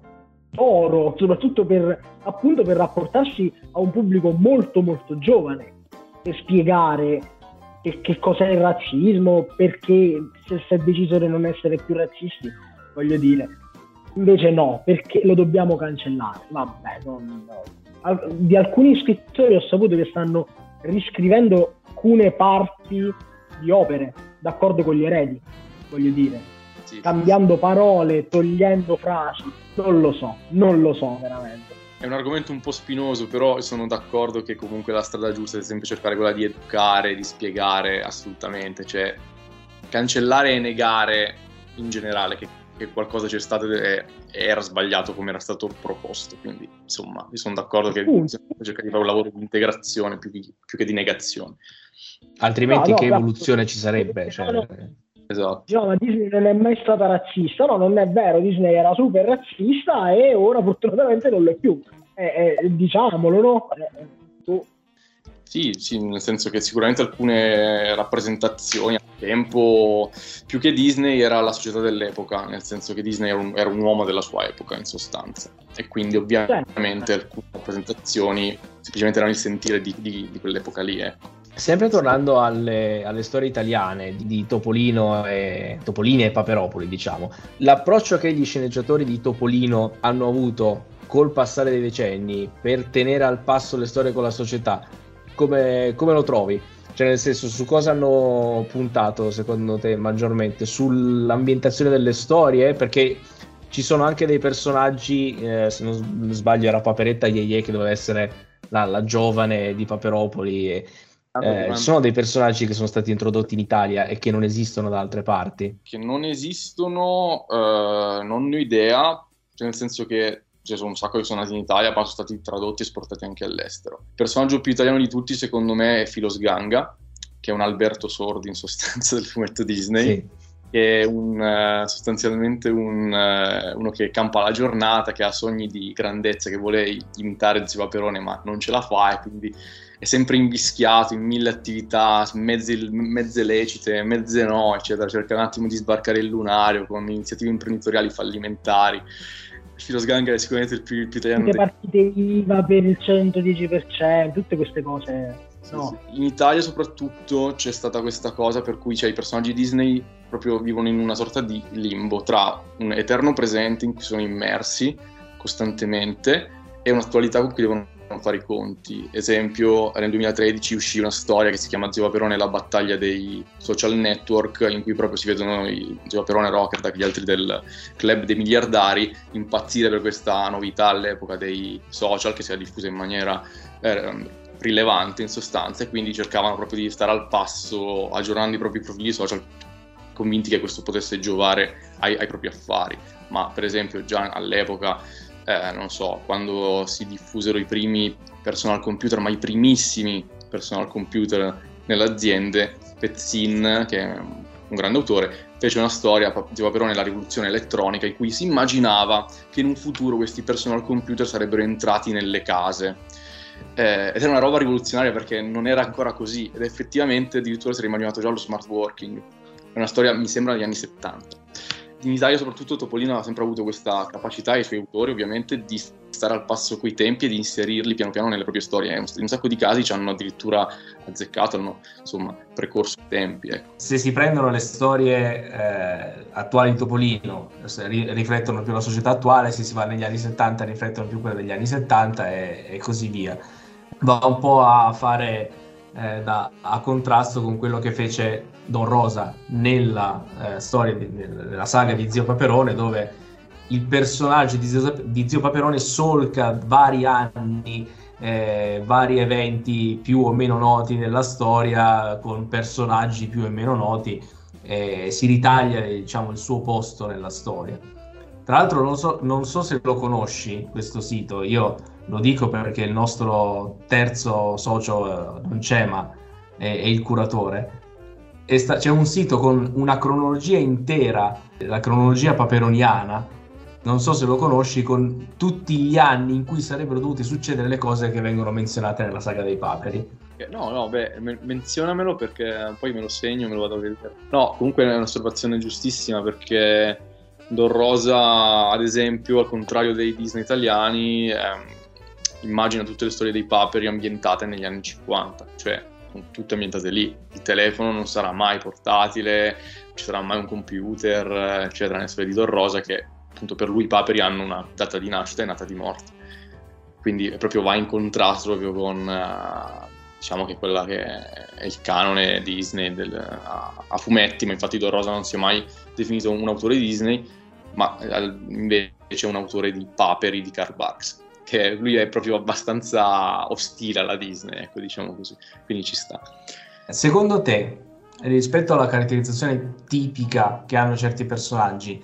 Speaker 7: d'oro, soprattutto per, appunto, per rapportarsi a un pubblico molto molto giovane, per spiegare che, che cos'è il razzismo, perché se si è deciso di non essere più razzisti, voglio dire. Invece no, perché lo dobbiamo cancellare. Vabbè, non, no. Di alcuni scrittori ho saputo che stanno riscrivendo alcune parti di opere, d'accordo con gli eredi, voglio dire, sì, cambiando parole, togliendo frasi, non lo so, non lo so veramente.
Speaker 9: È un argomento un po' spinoso, però sono d'accordo che comunque la strada giusta è sempre cercare quella di educare, di spiegare assolutamente, cioè cancellare e negare in generale che che qualcosa c'è stato e era sbagliato come era stato proposto, quindi insomma io sono d'accordo che bisogna cercare di fare un lavoro di integrazione più, più che di negazione,
Speaker 8: altrimenti no, no, che no, evoluzione no, ci sarebbe, cioè...
Speaker 7: no,
Speaker 9: esatto.
Speaker 7: No, ma Disney non è mai stata razzista, no, non è vero, Disney era super razzista e ora fortunatamente non lo è più, eh, eh, diciamolo, no? Eh, oh.
Speaker 9: Sì, sì, nel senso che sicuramente alcune rappresentazioni al tempo, più che Disney, era la società dell'epoca, nel senso che Disney era un, era un uomo della sua epoca in sostanza, e quindi ovviamente alcune rappresentazioni semplicemente erano il sentire di, di, di quell'epoca lì, ecco.
Speaker 8: Sempre tornando alle, alle storie italiane di, di Topolino e Topolini e Paperopoli, diciamo, l'approccio che gli sceneggiatori di Topolino hanno avuto col passare dei decenni per tenere al passo le storie con la società, come, come lo trovi? Cioè, nel senso, su cosa hanno puntato secondo te maggiormente? Sull'ambientazione delle storie? Perché ci sono anche dei personaggi, eh, se non sbaglio era Paperetta Yeye che doveva essere la, la giovane di Paperopoli, e, eh, ci sono dei personaggi che sono stati introdotti in Italia e che non esistono da altre parti?
Speaker 9: Che non esistono, eh, non ne ho idea, cioè nel senso che ci sono un sacco che sono nati in Italia, ma sono stati tradotti e esportati anche all'estero. Il personaggio più italiano di tutti, secondo me, è Filo Sganga, che è un Alberto Sordi in sostanza del fumetto Disney.
Speaker 8: Sì.
Speaker 9: che è un, uh, sostanzialmente un, uh, uno che campa la giornata, che ha sogni di grandezza, che vuole imitare Zio Paperone ma non ce la fa, e quindi è sempre invischiato in mille attività, mezze, mezze lecite, mezze no, eccetera. Cerca un attimo di sbarcare il lunario con iniziative imprenditoriali fallimentari. Filo Sganghera è sicuramente il più, il più italiano.
Speaker 7: Le partite I V A per il centodieci per cento, tutte queste cose.
Speaker 9: Sì,
Speaker 7: no.
Speaker 9: sì. In Italia soprattutto c'è stata questa cosa per cui cioè, i personaggi Disney proprio vivono in una sorta di limbo tra un eterno presente in cui sono immersi costantemente e un'attualità con cui devono fare i conti. Esempio, nel duemilatredici uscì una storia che si chiama Zio Paperone e la battaglia dei social network, in cui proprio si vedono i Zio Paperone, Rockerdag, gli altri del club dei miliardari impazzire per questa novità all'epoca dei social, che si era diffusa in maniera eh, rilevante in sostanza, e quindi cercavano proprio di stare al passo aggiornando i propri profili social, convinti che questo potesse giovare ai, ai propri affari. Ma per esempio già all'epoca Eh, non so, quando si diffusero i primi personal computer, ma i primissimi personal computer nelle aziende, Pezzin, che è un grande autore, fece una storia, Zio Paperone, la rivoluzione elettronica, in cui si immaginava che in un futuro questi personal computer sarebbero entrati nelle case. Eh, ed era una roba rivoluzionaria perché non era ancora così, ed effettivamente addirittura si era immaginato già lo smart working. È una storia, mi sembra, degli anni settanta. In Italia soprattutto Topolino ha sempre avuto questa capacità, e i suoi autori ovviamente, di stare al passo coi tempi e di inserirli piano piano nelle proprie storie. In un sacco di casi ci hanno addirittura azzeccato, hanno insomma precorso i tempi. Ecco.
Speaker 11: Se si prendono le storie eh, attuali di Topolino, ri- riflettono più la società attuale, se si va negli anni settanta riflettono più quelle degli anni settanta e, e così via. Va un po' a fare eh, da, a contrasto con quello che fece Don Rosa nella eh, storia di, nella saga di Zio Paperone, dove il personaggio di Zio, di Zio Paperone solca vari anni, eh, vari eventi più o meno noti nella storia, con personaggi più o meno noti, e si ritaglia, diciamo, il suo posto nella storia. Tra l'altro non so, non so se lo conosci questo sito, io lo dico perché il nostro terzo socio, Don Cema, è, è il curatore. C'è un sito con una cronologia intera, la cronologia paperoniana, non so se lo conosci, con tutti gli anni in cui sarebbero dovute succedere le cose che vengono menzionate nella saga dei Paperi.
Speaker 9: No, no, beh, me- menzionamelo perché poi me lo segno, me lo vado a vedere. No, comunque è un'osservazione giustissima, perché Don Rosa, ad esempio, al contrario dei Disney italiani, ehm, immagina tutte le storie dei Paperi ambientate negli anni cinquanta, cioè tutte ambientate lì. Il telefono non sarà mai portatile, non ci sarà mai un computer, eccetera, nelle storie di Don Rosa, che appunto per lui i Paperi hanno una data di nascita e data di morte, quindi proprio va in contrasto proprio con uh, diciamo che quella che è il canone Disney del, a, a fumetti. Ma infatti Don Rosa non si è mai definito un autore Disney, ma invece è un autore di Paperi di Karl Barks, che lui è proprio abbastanza ostile alla Disney, ecco, diciamo così, quindi ci sta.
Speaker 11: Secondo te, rispetto alla caratterizzazione tipica che hanno certi personaggi,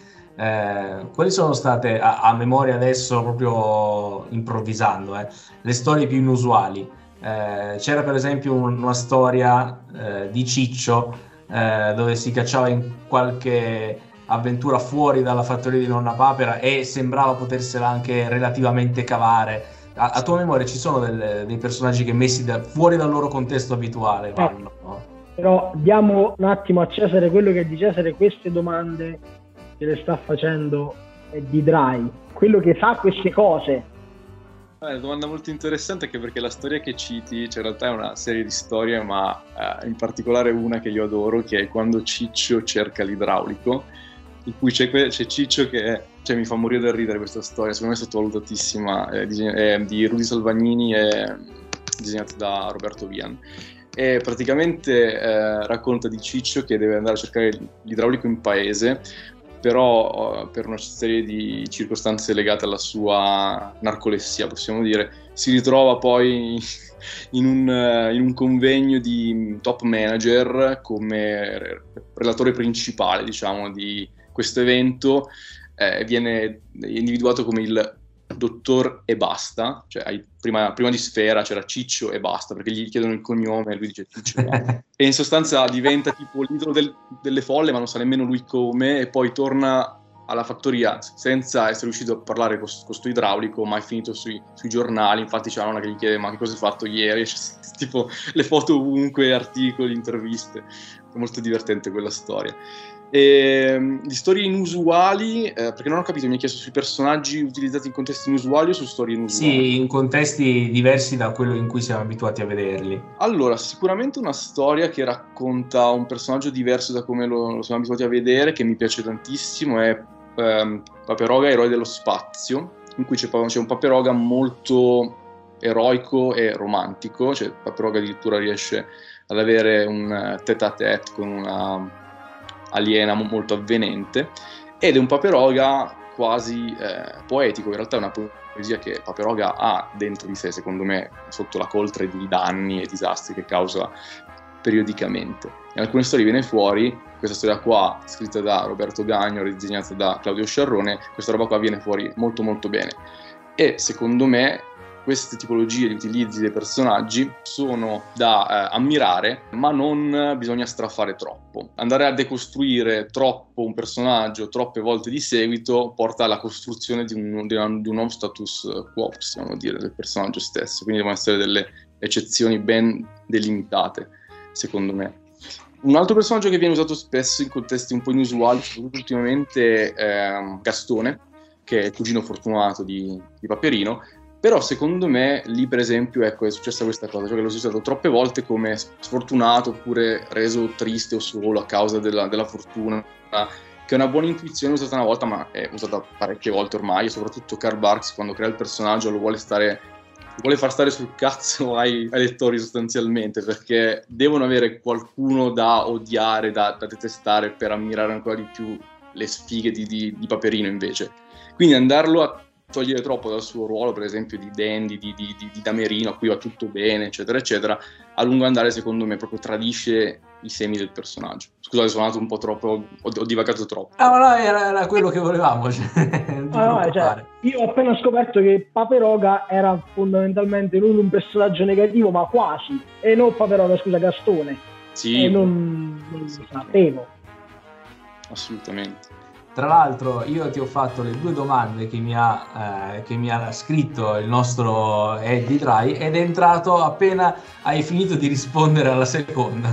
Speaker 11: eh, quali sono state, a, a memoria adesso, proprio improvvisando, eh, le storie più inusuali? Eh, c'era per esempio un, una storia eh, di Ciccio eh, dove si cacciava in qualche avventura fuori dalla fattoria di Nonna Papera e sembrava potersela anche relativamente cavare. A, a tua memoria ci sono delle, dei personaggi che messi da, fuori dal loro contesto abituale vanno, no?
Speaker 7: Però diamo un attimo a Cesare quello che è di Cesare. Queste domande che le sta facendo è di Dry, quello che sa queste cose.
Speaker 9: È una domanda molto interessante, anche perché la storia che citi, cioè in realtà è una serie di storie, ma eh, in particolare una che io adoro, che è quando Ciccio cerca l'idraulico, in cui c'è, que- c'è Ciccio che cioè, mi fa morire da ridere questa storia, secondo me è sottovalutatissima, è diseg- è di Rudy Salvagnini e disegnata da Roberto Vian. E praticamente eh, racconta di Ciccio che deve andare a cercare l'idraulico in paese, però per una serie di circostanze legate alla sua narcolessia, possiamo dire, si ritrova poi in un, in un convegno di top manager come relatore principale, diciamo, di questo evento. Eh, viene individuato come il dottor e basta, cioè hai, prima, prima di Sfera c'era Ciccio e basta, perché gli chiedono il cognome e lui dice Ciccio e basta. E in sostanza diventa tipo l'idolo del, delle folle, ma non sa nemmeno lui come, e poi torna alla fattoria senza essere riuscito a parlare con questo idraulico, ma è finito sui, sui giornali. Infatti c'è una nonna che gli chiede ma che cosa hai fatto ieri, c'è, tipo le foto ovunque, articoli, interviste. È molto divertente quella storia. E, di storie inusuali, eh, perché non ho capito, mi hai chiesto sui personaggi utilizzati in contesti inusuali o su storie inusuali?
Speaker 11: Sì, in contesti diversi da quello in cui siamo abituati a vederli.
Speaker 9: Allora, sicuramente una storia che racconta un personaggio diverso da come lo, lo siamo abituati a vedere, che mi piace tantissimo, è ehm, Paperoga, eroe dello spazio, in cui c'è, c'è un Paperoga molto eroico e romantico, cioè Paperoga addirittura riesce ad avere un tête-à-tête con una aliena molto avvenente, ed è un Paperoga quasi eh, poetico. In realtà è una poesia che Paperoga ha dentro di sé, secondo me, sotto la coltre di danni e disastri che causa periodicamente. In alcune storie viene fuori, questa storia qua scritta da Roberto Gagno, disegnata da Claudio Sciarrone, questa roba qua viene fuori molto molto bene, e secondo me queste tipologie di utilizzi dei personaggi sono da eh, ammirare, ma non bisogna strafare troppo. Andare a decostruire troppo un personaggio troppe volte di seguito porta alla costruzione di un, di un, di un nuovo status quo, possiamo dire, del personaggio stesso. Quindi devono essere delle eccezioni ben delimitate, secondo me. Un altro personaggio che viene usato spesso in contesti un po' inusuali, soprattutto ultimamente, è Gastone, che è il cugino fortunato di, di Paperino. Però secondo me lì, per esempio, ecco, è successa questa cosa, cioè che l'ho usato troppe volte come sfortunato oppure reso triste o solo a causa della, della fortuna, che è una buona intuizione usata una volta, ma è usata parecchie volte ormai, e soprattutto Karl Barks, quando crea il personaggio, lo vuole stare, lo vuole far stare sul cazzo ai, ai lettori sostanzialmente, perché devono avere qualcuno da odiare, da, da detestare, per ammirare ancora di più le sfighe di, di, di Paperino invece. Quindi andarlo a togliere troppo dal suo ruolo, per esempio di Dandy, di, di, di, di Damerino, a cui va tutto bene, eccetera eccetera, a lungo andare secondo me proprio tradisce i semi del personaggio. Scusate, sono andato un po' troppo, ho, ho divagato troppo.
Speaker 11: Ah, no, era, era quello che volevamo. Cioè,
Speaker 7: ah, no, cioè, io ho appena scoperto che Paperoga era fondamentalmente non un personaggio negativo, ma quasi. E non Paperoga, scusa, Gastone.
Speaker 9: Sì.
Speaker 7: E non, non lo sapevo.
Speaker 9: Assolutamente.
Speaker 11: Tra l'altro io ti ho fatto le due domande che mi ha, eh, che mi ha scritto il nostro Eddie Dry, ed è entrato appena hai finito di rispondere alla seconda.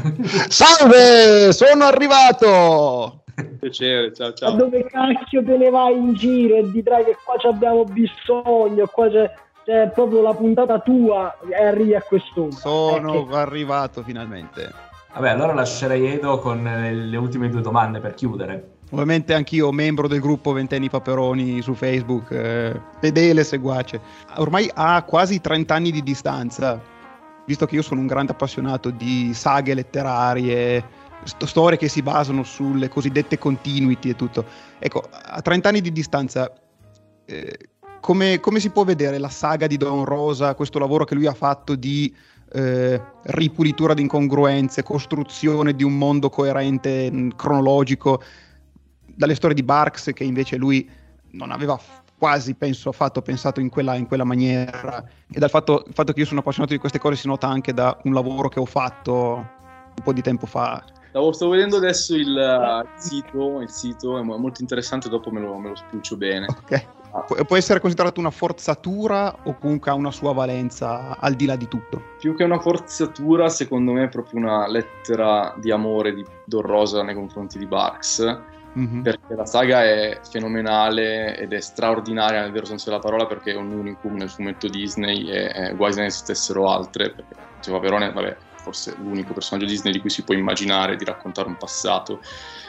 Speaker 4: Salve, sono arrivato!
Speaker 9: Piacere, ciao ciao.
Speaker 7: Ma dove cacchio te ne vai in giro, Eddie Dry, che qua ci abbiamo bisogno, qua c'è, c'è proprio la puntata tua e arrivi a quest'ora.
Speaker 4: Sono
Speaker 7: eh, che...
Speaker 4: arrivato finalmente.
Speaker 11: Vabbè, allora lascerei Edo con le, le ultime due domande per chiudere.
Speaker 4: Ovviamente anch'io, membro del gruppo Ventenni Paperoni su Facebook, eh, fedele seguace. Ormai ha quasi trenta anni di distanza, visto che io sono un grande appassionato di saghe letterarie, st- storie che si basano sulle cosiddette continuity e tutto. Ecco, a trenta anni di distanza, eh, come, come si può vedere la saga di Don Rosa, questo lavoro che lui ha fatto di eh, ripulitura di incongruenze, costruzione di un mondo coerente, mh, cronologico, dalle storie di Barks, che invece lui non aveva quasi, penso, affatto pensato in quella, in quella maniera, e dal fatto, il fatto che io sono appassionato di queste cose si nota anche da un lavoro che ho fatto un po' di tempo fa.
Speaker 9: Stavo, sto vedendo adesso il, il sito, il sito è molto interessante, dopo me lo, me lo spulcio bene.
Speaker 4: Okay. Pu- può essere considerato una forzatura o comunque ha una sua valenza al di là di tutto?
Speaker 9: Più che una forzatura, secondo me è proprio una lettera di amore di Don Rosa nei confronti di Barks. Mm-hmm. Perché la saga è fenomenale ed è straordinaria nel vero senso della parola, perché è un unicum nel fumetto Disney, e, e guai se ne esistessero altre, perché cioè, Paperone, vabbè, forse l'unico personaggio Disney di cui si può immaginare di raccontare un passato,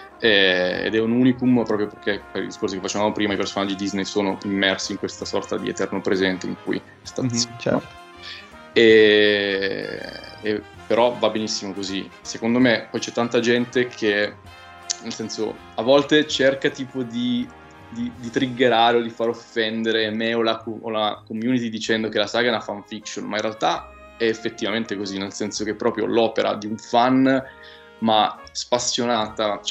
Speaker 9: e, ed è un unicum proprio perché, per i discorsi che facevamo prima, i personaggi Disney sono immersi in questa sorta di eterno presente in cui stazione.
Speaker 4: Mm-hmm, certo.
Speaker 9: e, e però va benissimo così. Secondo me poi c'è tanta gente che, nel senso, a volte cerca tipo di, di, di triggerare o di far offendere me o la, o la community dicendo che la saga è una fanfiction, ma in realtà è effettivamente così, nel senso che è proprio l'opera di un fan, ma spassionata, cioè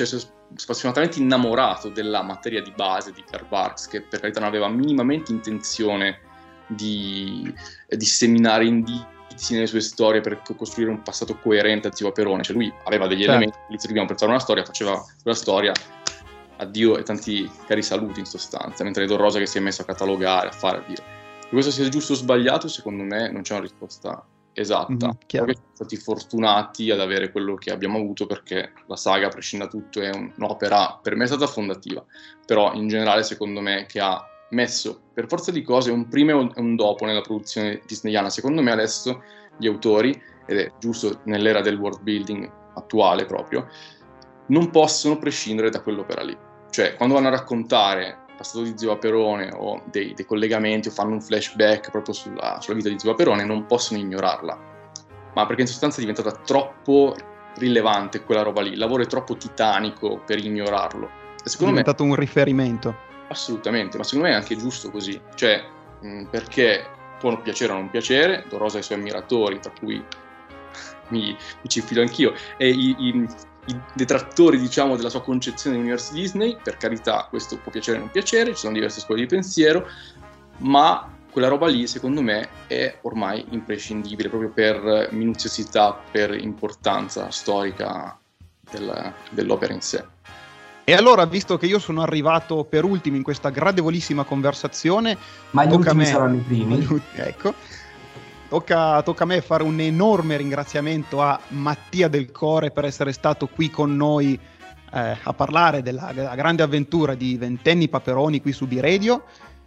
Speaker 9: spassionatamente innamorato della materia di base di Karl Barks, che per carità non aveva minimamente intenzione di disseminare indizi nelle sue storie per costruire un passato coerente a Zio Paperone. Cioè lui aveva degli
Speaker 4: certo.
Speaker 9: elementi, gli servivano per fare una storia, faceva quella storia, addio e tanti cari saluti in sostanza, mentre Don Rosa che si è messo a catalogare, a fare, a dire. Se questo sia giusto o sbagliato, secondo me non c'è una risposta esatta.
Speaker 4: Mm-hmm,
Speaker 9: siamo stati fortunati ad avere quello che abbiamo avuto, perché la saga, a prescindere da tutto, è un'opera, per me è stata fondativa, però in generale secondo me che ha messo per forza di cose un prima e un dopo nella produzione disneyana. Secondo me adesso gli autori, ed è giusto nell'era del world building attuale proprio, non possono prescindere da quell'opera lì. Cioè quando vanno a raccontare il passato di Zio Paperone o dei, dei collegamenti o fanno un flashback proprio sulla, sulla vita di Zio Paperone, non possono ignorarla, ma perché in sostanza è diventata troppo rilevante quella roba lì, il lavoro è troppo titanico per ignorarlo. E secondo
Speaker 4: è diventato
Speaker 9: me,
Speaker 4: un riferimento.
Speaker 9: Assolutamente, ma secondo me è anche giusto così, cioè mh, perché può piacere o non piacere, Don Rosa e i suoi ammiratori, tra cui mi, mi ci filo anch'io, e i, i, i detrattori, diciamo, della sua concezione dell'universo Disney, per carità, questo può piacere o non piacere, ci sono diverse scuole di pensiero, ma quella roba lì secondo me è ormai imprescindibile proprio per minuziosità, per importanza storica del, dell'opera in sé.
Speaker 4: E allora, visto che io sono arrivato per ultimo in questa gradevolissima conversazione,
Speaker 11: ma gli
Speaker 4: tocca a
Speaker 11: ultimi
Speaker 4: me,
Speaker 11: saranno i primi.
Speaker 4: Ecco, tocca, tocca a me fare un enorme ringraziamento a Mattia Del Core per essere stato qui con noi eh, a parlare della, della grande avventura di Ventenni Paperoni qui su B-Radio,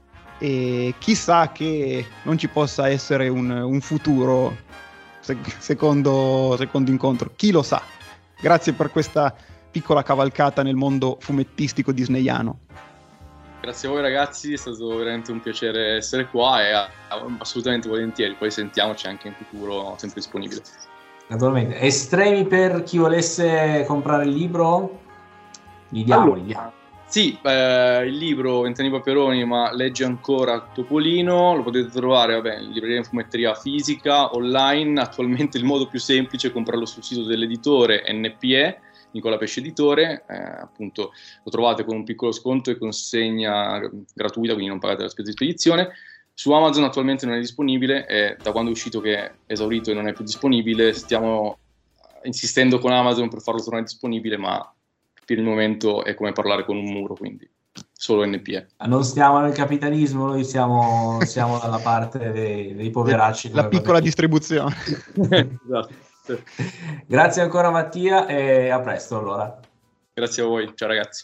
Speaker 4: e chissà che non ci possa essere un, un futuro sec- secondo, secondo incontro, chi lo sa. Grazie per questa piccola cavalcata nel mondo fumettistico disneyano.
Speaker 9: Grazie a voi ragazzi, è stato veramente un piacere essere qua e assolutamente volentieri, poi sentiamoci anche in futuro, sempre disponibile.
Speaker 11: Naturalmente. Estremi per chi volesse comprare il libro? Gli diamo,
Speaker 9: allora,
Speaker 11: gli diamo.
Speaker 9: Sì, eh, il libro Ventenni Paperoni, ma legge ancora Topolino, lo potete trovare vabbè, in libreria in fumetteria fisica, online. Attualmente il modo più semplice è comprarlo sul sito dell'editore N P E, Nicola Pesce Editore, eh, appunto lo trovate con un piccolo sconto e consegna gratuita, quindi non pagate la spesa di spedizione. Su Amazon attualmente non è disponibile, e da quando è uscito che è esaurito e non è più disponibile, stiamo insistendo con Amazon per farlo tornare disponibile, ma per il momento è come parlare con un muro, quindi solo N P E.
Speaker 11: Non stiamo nel capitalismo, noi siamo, siamo dalla parte dei, dei poveracci.
Speaker 4: La piccola distribuzione.
Speaker 9: Esatto.
Speaker 11: Grazie ancora Mattia e a presto allora.
Speaker 9: Grazie a voi, ciao ragazzi.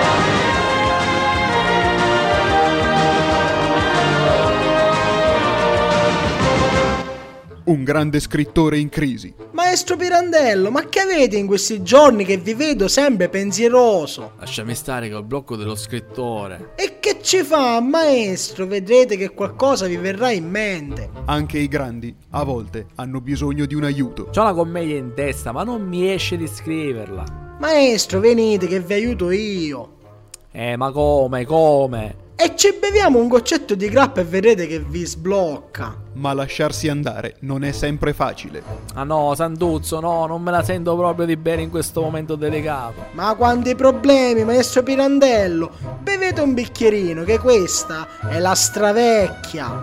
Speaker 6: Un grande scrittore in crisi.
Speaker 3: Maestro Pirandello, ma che avete in questi giorni che vi vedo sempre pensieroso?
Speaker 2: Lasciami stare col blocco dello scrittore.
Speaker 3: E che ci fa, maestro? Vedrete che qualcosa vi verrà in mente.
Speaker 6: Anche i grandi, a volte, hanno bisogno di un aiuto.
Speaker 2: C'ho una commedia in testa, ma non mi esce di scriverla.
Speaker 3: Maestro, venite che vi aiuto io.
Speaker 2: Eh, ma come, come?
Speaker 3: E ci beviamo un goccetto di grappa e vedrete che vi sblocca.
Speaker 6: Ma lasciarsi andare non è sempre facile.
Speaker 2: Ah no, Santuzzo, no, non me la sento proprio di bere in questo momento delicato.
Speaker 3: Ma quanti problemi, maestro Pirandello. Bevete un bicchierino, che questa è la stravecchia.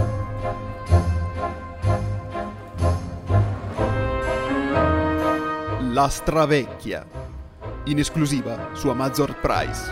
Speaker 6: La stravecchia. In esclusiva su Amazon Price.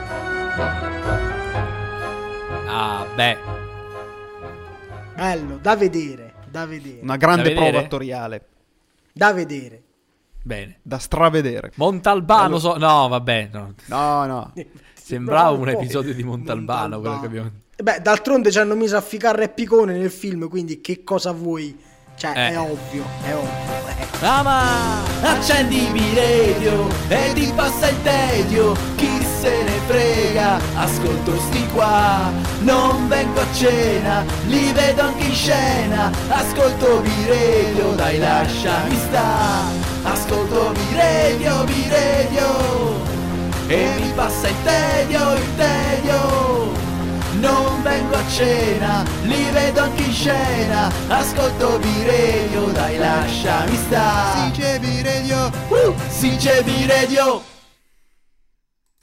Speaker 2: Ah, beh.
Speaker 3: Bello, da vedere, da vedere.
Speaker 4: Una grande
Speaker 2: Da vedere?
Speaker 4: prova attoriale.
Speaker 3: Da vedere.
Speaker 2: Bene.
Speaker 4: Da stravedere.
Speaker 2: Montalbano, so... no, vabbè, no.
Speaker 4: No, no.
Speaker 2: Sembrava
Speaker 3: No,
Speaker 2: un
Speaker 3: no.
Speaker 2: episodio di Montalbano, quello che abbiamo...
Speaker 3: Beh, d'altronde ci hanno messo a ficare Piccone nel film, quindi che cosa vuoi? Cioè,
Speaker 2: Eh.
Speaker 3: è ovvio, è ovvio. Eh.
Speaker 5: Mamma, accendi radio e ti passa il tedio, chi se ne frega, ascolto sti qua, non vengo a cena, li vedo anche in scena, ascolto B-Radio, dai lasciami sta, ascolto B-Radio, B-Radio, e mi passa il tedio, il tedio. Non vengo a cena, li vedo anche in scena, ascolto B-Radio, dai lasciami sta.
Speaker 6: Sì, c'è B-Radio.
Speaker 5: Uh, sì c'è B-Radio.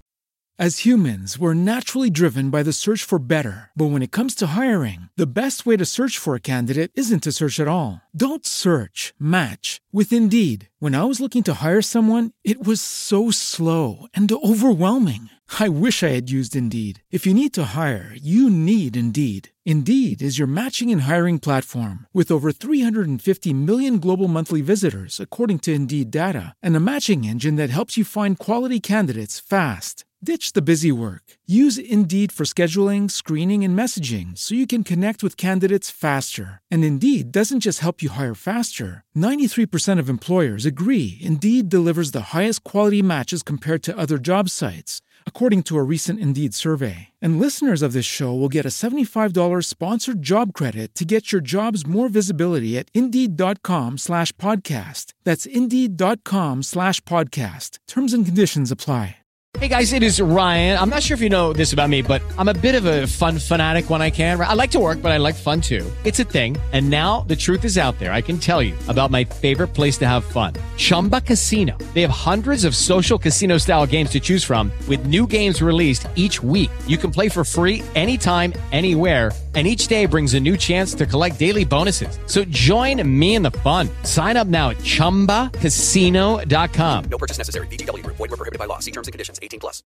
Speaker 1: As humans, we're naturally driven by the search for better. But when it comes to hiring, the best way to search for a candidate isn't to search at all. Don't search, match with Indeed. When I was looking to hire someone, it was so slow and overwhelming. I wish I had used Indeed. If you need to hire, you need Indeed. Indeed is your matching and hiring platform with over three hundred fifty million global monthly visitors, according to Indeed data, and a matching engine that helps you find quality candidates fast. Ditch the busy work. Use Indeed for scheduling, screening, and messaging so you can connect with candidates faster. And Indeed doesn't just help you hire faster. ninety-three percent of employers agree Indeed delivers the highest quality matches compared to other job sites, according to a recent Indeed survey. And listeners of this show will get a seventy-five dollars sponsored job credit to get your jobs more visibility at Indeed.com slash podcast. That's Indeed.com slash podcast. Terms and conditions apply.
Speaker 12: Hey guys, it is Ryan. I'm not sure if you know this about me, but I'm a bit of a fun fanatic when I can. I like to work, but I like fun too. It's a thing. And now the truth is out there. I can tell you about my favorite place to have fun. Chumba Casino. They have hundreds of social casino style games to choose from with new games released each week. You can play for free anytime, anywhere. And each day brings a new chance to collect daily bonuses. So join me in the fun. Sign up now at chumba casino dot com.
Speaker 13: No purchase necessary. V G W Group. Void where prohibited by law. See terms and conditions. eighteen plus.